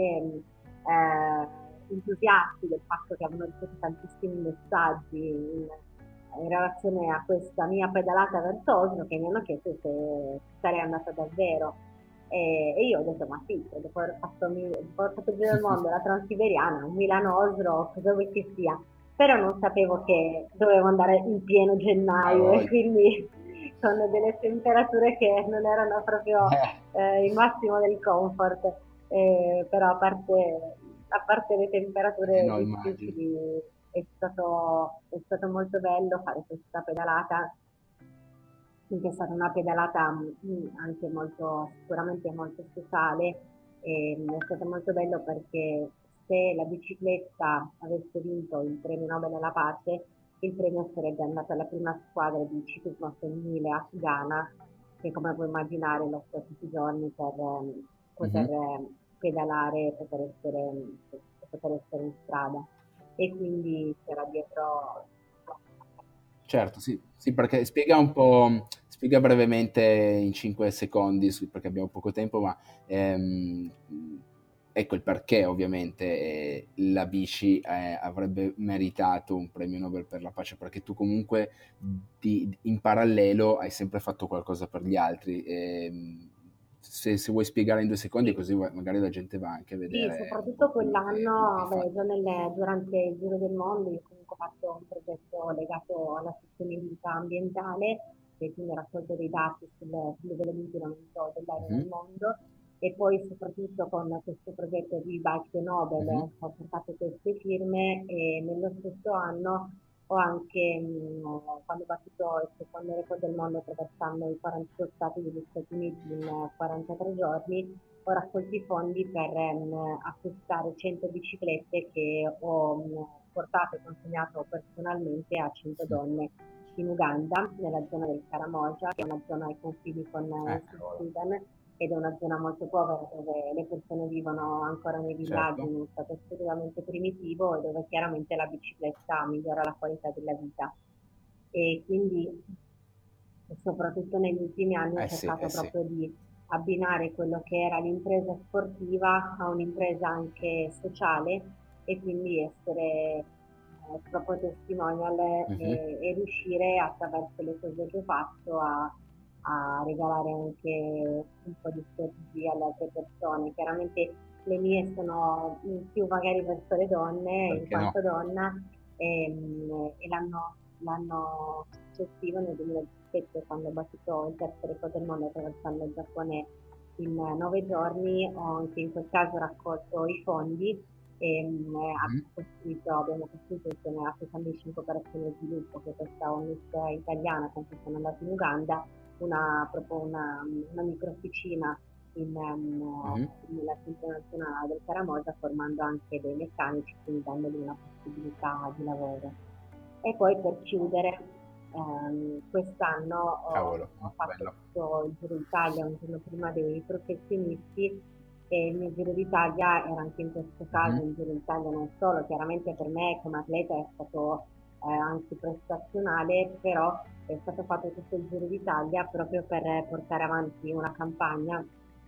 eh, entusiasti del fatto che avevano ricevuto tantissimi messaggi in, in relazione a questa mia pedalata verso Oslo che mi hanno chiesto se sarei andata davvero. E, e io ho detto, ma sì, dopo aver fatto, mi- dopo aver fatto il giro del mondo, la Transiberiana, un Milano-Oslo, cosa vuoi che sia? Però non sapevo che dovevo andare in pieno Ah, gennaio e voglia. quindi con delle temperature che non erano proprio Eh, eh, il massimo del comfort, eh, però a parte, a parte le eh, temperature no, immagino. difficili è stato, è stato molto bello fare questa pedalata, quindi è stata una pedalata mm, anche molto, sicuramente molto speciale, e mm, è stato molto bello perché se la bicicletta avesse vinto il premio Nobel alla pace, il premio sarebbe andato alla prima squadra di ciclismo femminile afghana, che come puoi immaginare lotta tutti i giorni per ehm, poter Mhm. eh, pedalare e poter essere, e poter essere in strada. E quindi c'era dietro. Certo, sì, sì, perché spiega un po', spiega brevemente in cinque secondi, su- perché abbiamo poco tempo, ma ehm, ecco il perché ovviamente eh, la bici eh, avrebbe meritato un premio Nobel per la pace, perché tu comunque di- in parallelo hai sempre fatto qualcosa per gli altri. Ehm, se, se vuoi spiegare in due secondi, Sì, così magari la gente va anche a sì, vedere un po' soprattutto quello che, quello che hai quell'anno, beh, già fatto. nel- durante il Giro del Mondo, io comunque ho fatto un progetto legato alla sostenibilità ambientale, che quindi ha raccolto dei dati sul, sul livello di inquinamento dell'aria nel Mhm, mondo, e poi soprattutto con questo progetto di Bike Nobel mhm, ho portato queste firme e nello stesso anno ho anche, mh, quando ho battuto il secondo record del mondo attraversando i quarantadue stati degli Stati Uniti in eh, quarantatré giorni, ho raccolto i fondi per ehm, acquistare cento biciclette che ho mh, portato e consegnato personalmente a cento donne in Uganda, nella zona del Karamoja, che è una zona ai confini con Eh, il Sud cavolo. Sudan, ed è una zona molto povera dove le persone vivono ancora nei villaggi Certo. in uno stato assolutamente primitivo e dove chiaramente la bicicletta migliora la qualità della vita. E quindi soprattutto negli ultimi anni ho Eh sì, cercato eh sì. proprio di abbinare quello che era l'impresa sportiva a un'impresa anche sociale e quindi essere eh, proprio testimonial Mhm. e, e riuscire attraverso le cose che faccio a, a regalare anche un po' di sorrisi alle altre persone. Chiaramente le mie sono in più magari verso le donne, in Perché no? quanto donna, e, e l'anno, l'anno successivo, nel duemiladiciassette, quando ho battuto il terzo record del mondo attraversando il Giappone in nove giorni, ho anche in quel caso raccolto i fondi e mh, Mhm. abbiamo costruito, abbiamo costruito insieme a African Mission Cooperazione e Sviluppo, che è questa O N G italiana con cui sono andata in Uganda, una, proprio una, una microofficina in, um, Mhm. nella centro nazionale del Karamoja, formando anche dei meccanici, quindi dandogli una possibilità di lavoro. E poi per chiudere, ehm, quest'anno ho, Cavolo, ho molto fatto bello. tutto il Giro d'Italia un giorno prima dei professionisti e il mio Giro d'Italia era anche in questo caso Mhm. un Giro d'Italia non solo, chiaramente per me come atleta è stato eh, anche prestazionale, però è stato fatto tutto il Giro d'Italia proprio per portare avanti una campagna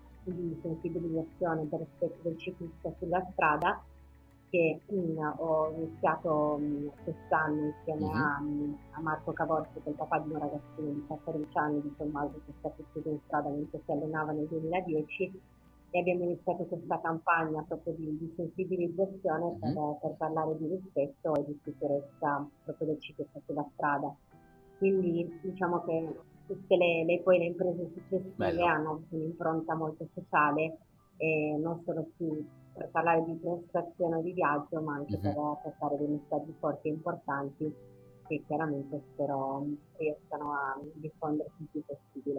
di sensibilizzazione per rispetto del ciclista sulla strada che mh, ho iniziato mh, quest'anno insieme Mhm. a, mh, a Marco Cavorsi, che è il papà di un ragazzino di quattordici anni, di Tommaso, che è stato ucciso in strada mentre si allenava nel duemiladieci, e abbiamo iniziato questa campagna proprio di, di sensibilizzazione per, Mhm. per parlare di rispetto e di sicurezza proprio del ciclista sulla strada. Quindi diciamo che tutte le, le- poi le imprese successive Bello. hanno avuto un'impronta molto sociale e non solo più per parlare di prestazione di viaggio, ma anche per Mhm. portare dei messaggi forti e importanti che chiaramente spero riescano a diffondersi il più possibile.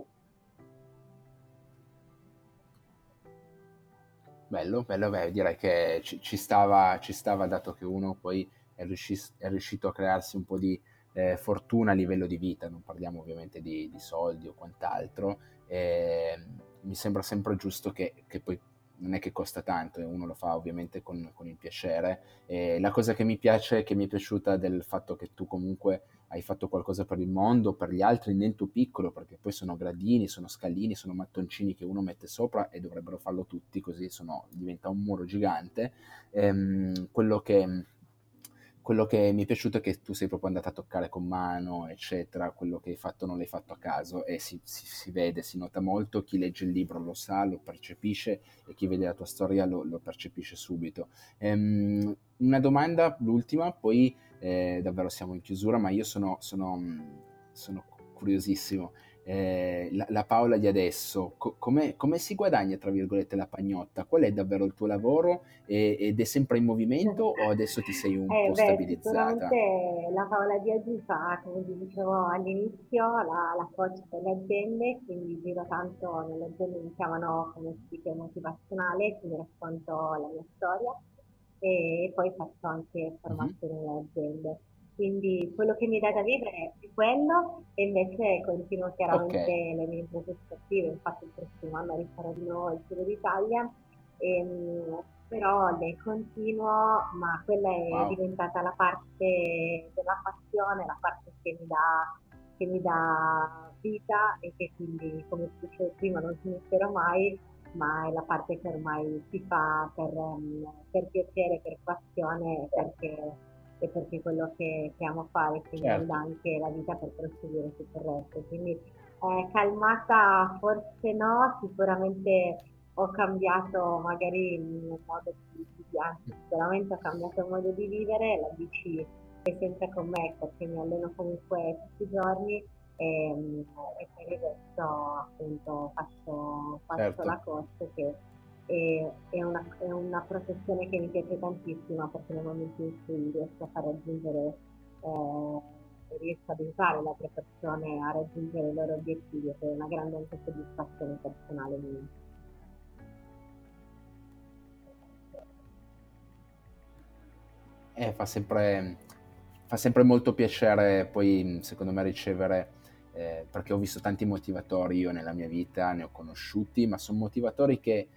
Bello, bello, beh, direi che ci, ci stava, ci stava dato che uno poi è, riuscis- è riuscito a crearsi un po' di eh, fortuna a livello di vita, non parliamo ovviamente di, di soldi o quant'altro, e mi sembra sempre giusto che, che poi non è che costa tanto e uno lo fa ovviamente con, con il piacere. E la cosa che mi piace, che mi è piaciuta del fatto che tu comunque hai fatto qualcosa per il mondo, per gli altri nel tuo piccolo, perché poi sono gradini, sono scalini, sono mattoncini che uno mette sopra e dovrebbero farlo tutti, così sono, diventa un muro gigante. Ehm, quello che, quello che mi è piaciuto è che tu sei proprio andata a toccare con mano, eccetera, quello che hai fatto non l'hai fatto a caso e si, si, si vede, si nota molto, chi legge il libro lo sa, lo percepisce e chi vede la tua storia lo, lo percepisce subito. Ehm, una domanda, l'ultima, poi eh, davvero siamo in chiusura, ma io sono, sono, sono curiosissimo. Eh, la, la Paola di adesso, co- come, come si guadagna, tra virgolette, la pagnotta? Qual è davvero il tuo lavoro e- ed è sempre in movimento o adesso ti sei un Eh, po' beh, stabilizzata? sicuramente la Paola di oggi fa, come vi dicevo all'inizio, la, la coach per le aziende, quindi giro tanto nelle aziende, mi chiamano come speaker motivazionale, quindi racconto la mia storia e poi faccio anche Mhm. formazione nelle aziende. Quindi quello che mi dà da vivere è quello e invece continuo Ok, chiaramente le mie imprese sportive, infatti il prossimo anno rifarò di nuovo il Giro d'Italia. Ehm, però le continuo, ma quella è wow, diventata la parte della passione, la parte che mi dà, che mi dà vita e che quindi, come ti dicevo prima, non smetterò mai, ma è la parte che ormai si fa per, ehm, per piacere, per passione e perché, e perché è quello che, che amo fare, quindi mi dà certo. anche la vita per proseguire tutto il resto. Quindi eh, calmata forse no, sicuramente ho cambiato magari il modo di, di anzi, sicuramente ho cambiato il modo di vivere, la bici è sempre con me perché mi alleno comunque tutti i giorni e, e per il resto appunto faccio, faccio Certo. la coach che è, è una, è una professione che mi piace tantissimo perché nel momento in cui riesco a far raggiungere eh, riesco ad aiutare le altre persone a raggiungere i loro obiettivi, che è una grande anche soddisfazione personale mia. Eh, fa sempre, fa sempre molto piacere poi, secondo me, ricevere, eh, perché ho visto tanti motivatori io nella mia vita, ne ho conosciuti, ma sono motivatori che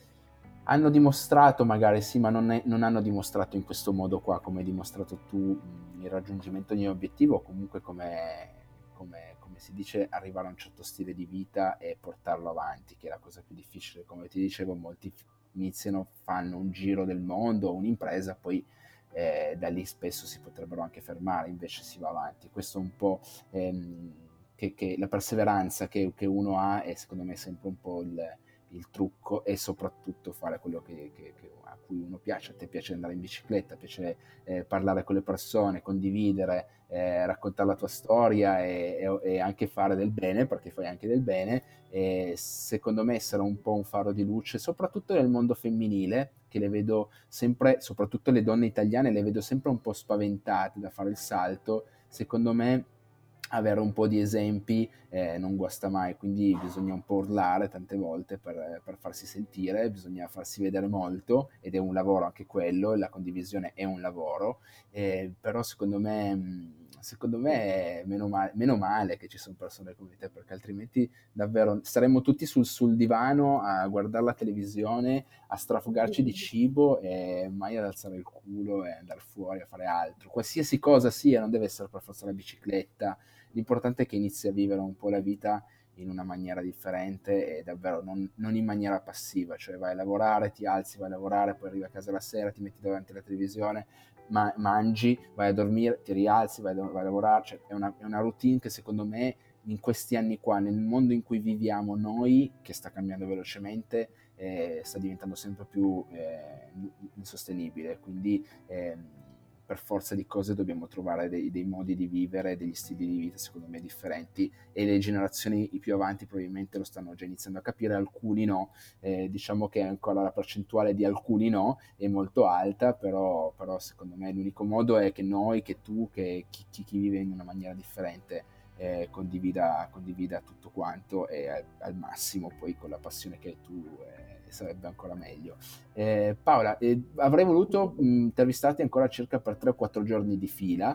hanno dimostrato, magari sì, ma non, è, non hanno dimostrato in questo modo qua, come hai dimostrato tu, mh, il raggiungimento di un obiettivo, o comunque come, come, come si dice, arrivare a un certo stile di vita e portarlo avanti, che è la cosa più difficile. Come ti dicevo, molti iniziano, fanno un giro del mondo, un'impresa, poi eh, da lì spesso si potrebbero anche fermare, invece si va avanti. Questo è un po' ehm, che, che la perseveranza che, che uno ha è secondo me sempre un po' il il trucco, e soprattutto fare quello che, che, che a cui uno piace. A te piace andare in bicicletta, piace eh, parlare con le persone, condividere, eh, raccontare la tua storia e, e, e anche fare del bene, perché fai anche del bene, e secondo me essere un po' un faro di luce, soprattutto nel mondo femminile, che le vedo sempre, soprattutto le donne italiane, le vedo sempre un po' spaventate da fare il salto. Secondo me avere un po' di esempi eh, non guasta mai, quindi bisogna un po' urlare tante volte per, per farsi sentire, bisogna farsi vedere molto, ed è un lavoro anche quello, la condivisione è un lavoro, eh, però secondo me, secondo me è meno male, meno male che ci sono persone come te, perché altrimenti davvero saremmo tutti sul, sul divano a guardare la televisione, a strafogarci di cibo e mai ad alzare il culo e andare fuori a fare altro. Qualsiasi cosa sia, non deve essere per forza la bicicletta. L'importante è che inizi a vivere un po' la vita in una maniera differente e davvero non, non in maniera passiva, cioè vai a lavorare, ti alzi, vai a lavorare, poi arrivi a casa la sera, ti metti davanti alla televisione, ma- mangi, vai a dormire, ti rialzi, vai, vai a lavorare, cioè è una, è una routine che secondo me in questi anni qua, nel mondo in cui viviamo noi, che sta cambiando velocemente, eh, sta diventando sempre più eh, insostenibile, quindi eh, per forza di cose dobbiamo trovare dei, dei modi di vivere, degli stili di vita secondo me differenti, e le generazioni più avanti probabilmente lo stanno già iniziando a capire, alcuni no, eh, diciamo che ancora la percentuale di alcuni no è molto alta, però, però secondo me l'unico modo è che noi, che tu, che chi, chi, chi vive in una maniera differente eh, condivida, condivida tutto quanto, e al, al massimo poi con la passione che hai tu eh, sarebbe ancora meglio. Eh, Paola, eh, avrei voluto mh, intervistarti ancora circa per tre o quattro giorni di fila,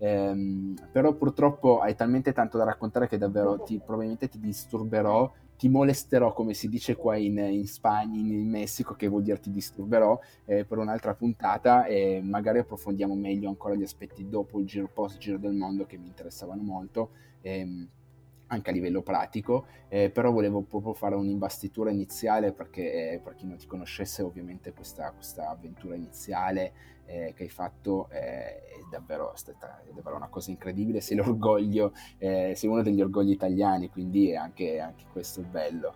ehm, però purtroppo hai talmente tanto da raccontare che davvero ti, probabilmente ti disturberò, ti molesterò, come si dice qua in, in Spagna, in, in Messico, che vuol dire ti disturberò eh, per un'altra puntata, e magari approfondiamo meglio ancora gli aspetti dopo il giro, post giro del mondo, che mi interessavano molto. Ehm, anche a livello pratico, eh, però volevo proprio fare un'imbastitura iniziale perché eh, per chi non ti conoscesse, ovviamente questa, questa avventura iniziale eh, che hai fatto eh, è davvero è stata è davvero una cosa incredibile, sei l'orgoglio, eh, sei uno degli orgogli italiani, quindi è anche, anche questo il bello.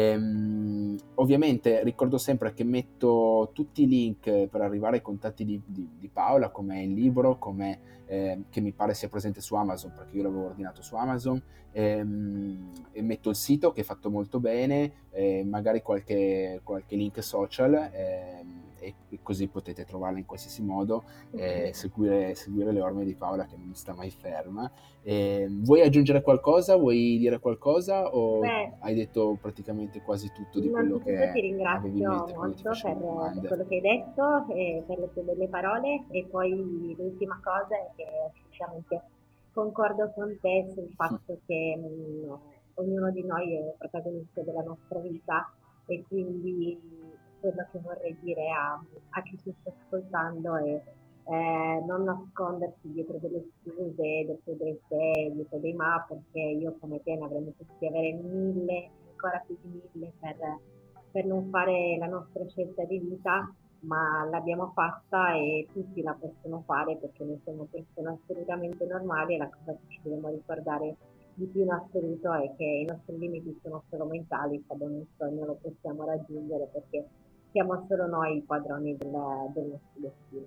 Ehm, ovviamente ricordo sempre che metto tutti i link per arrivare ai contatti di, di, di Paola, come il libro, come eh, che mi pare sia presente su Amazon, perché io l'avevo ordinato su Amazon, ehm, e metto il sito che è fatto molto bene, eh, magari qualche, qualche link social, ehm, e, e così potete trovarla in qualsiasi modo, eh, seguire, seguire le orme di Paola che non sta mai ferma. Eh, vuoi aggiungere qualcosa? Vuoi dire qualcosa, o Beh, hai detto praticamente quasi tutto di quello innanzitutto ti che avevi in ringrazio mente quando ti molto per, facevo per domande? quello che hai detto e per le tue belle parole, e poi l'ultima cosa è che effettivamente concordo con te sul fatto che mh, ognuno di noi è protagonista della nostra vita, e quindi quello che vorrei dire a, a chi ci sta ascoltando è eh, non nascondersi dietro delle scuse, dietro dei se, dietro dei ma, perché io come te ne avremmo potuti avere mille, ancora più di mille per, per non fare la nostra scelta di vita, ma l'abbiamo fatta e tutti la possono fare perché noi siamo persone assolutamente normali, e la cosa che ci dobbiamo ricordare di più in assoluto è che i nostri limiti sono solo mentali, quando un sogno lo possiamo raggiungere perché siamo solo noi i padroni del, del nostro destino.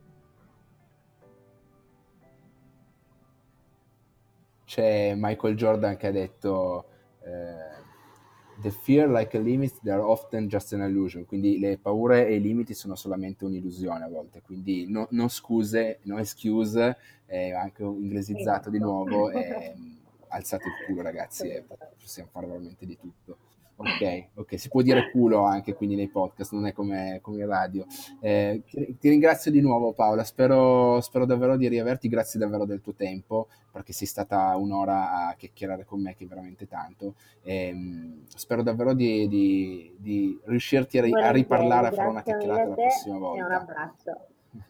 C'è Michael Jordan che ha detto eh, The fear like a limit, they are often just an illusion, quindi le paure e i limiti sono solamente un'illusione a volte, quindi no, no scuse, no excuse, eh, anche inglesizzato di Esatto. nuovo, eh, alzate il culo ragazzi, e Assolutamente. possiamo fare veramente di tutto. Ok, ok, si può dire culo anche quindi nei podcast, non è come, come in radio. Eh, ti, ti ringrazio di nuovo Paola, spero, spero davvero di riaverti, grazie davvero del tuo tempo, perché sei stata un'ora a chiacchierare con me, che è veramente tanto. Ehm, spero davvero di, di- di riuscirti a, ri- a riparlare, Volentieri, a fare una grazie mille chiacchierata a la te prossima e un volta. abbraccio.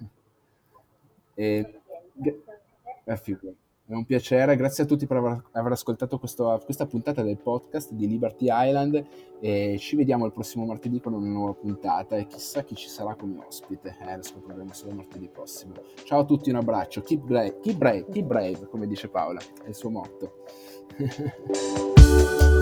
E, g- eh, figurati. È un piacere, grazie a tutti per aver, aver ascoltato questo- questa puntata del podcast di Liberty Island e ci vediamo il prossimo martedì con una nuova puntata e chissà chi ci sarà come ospite, eh, lo scopriremo solo martedì prossimo. Ciao a tutti, un abbraccio, keep brave, keep brave, keep brave, come dice Paola, è il suo motto.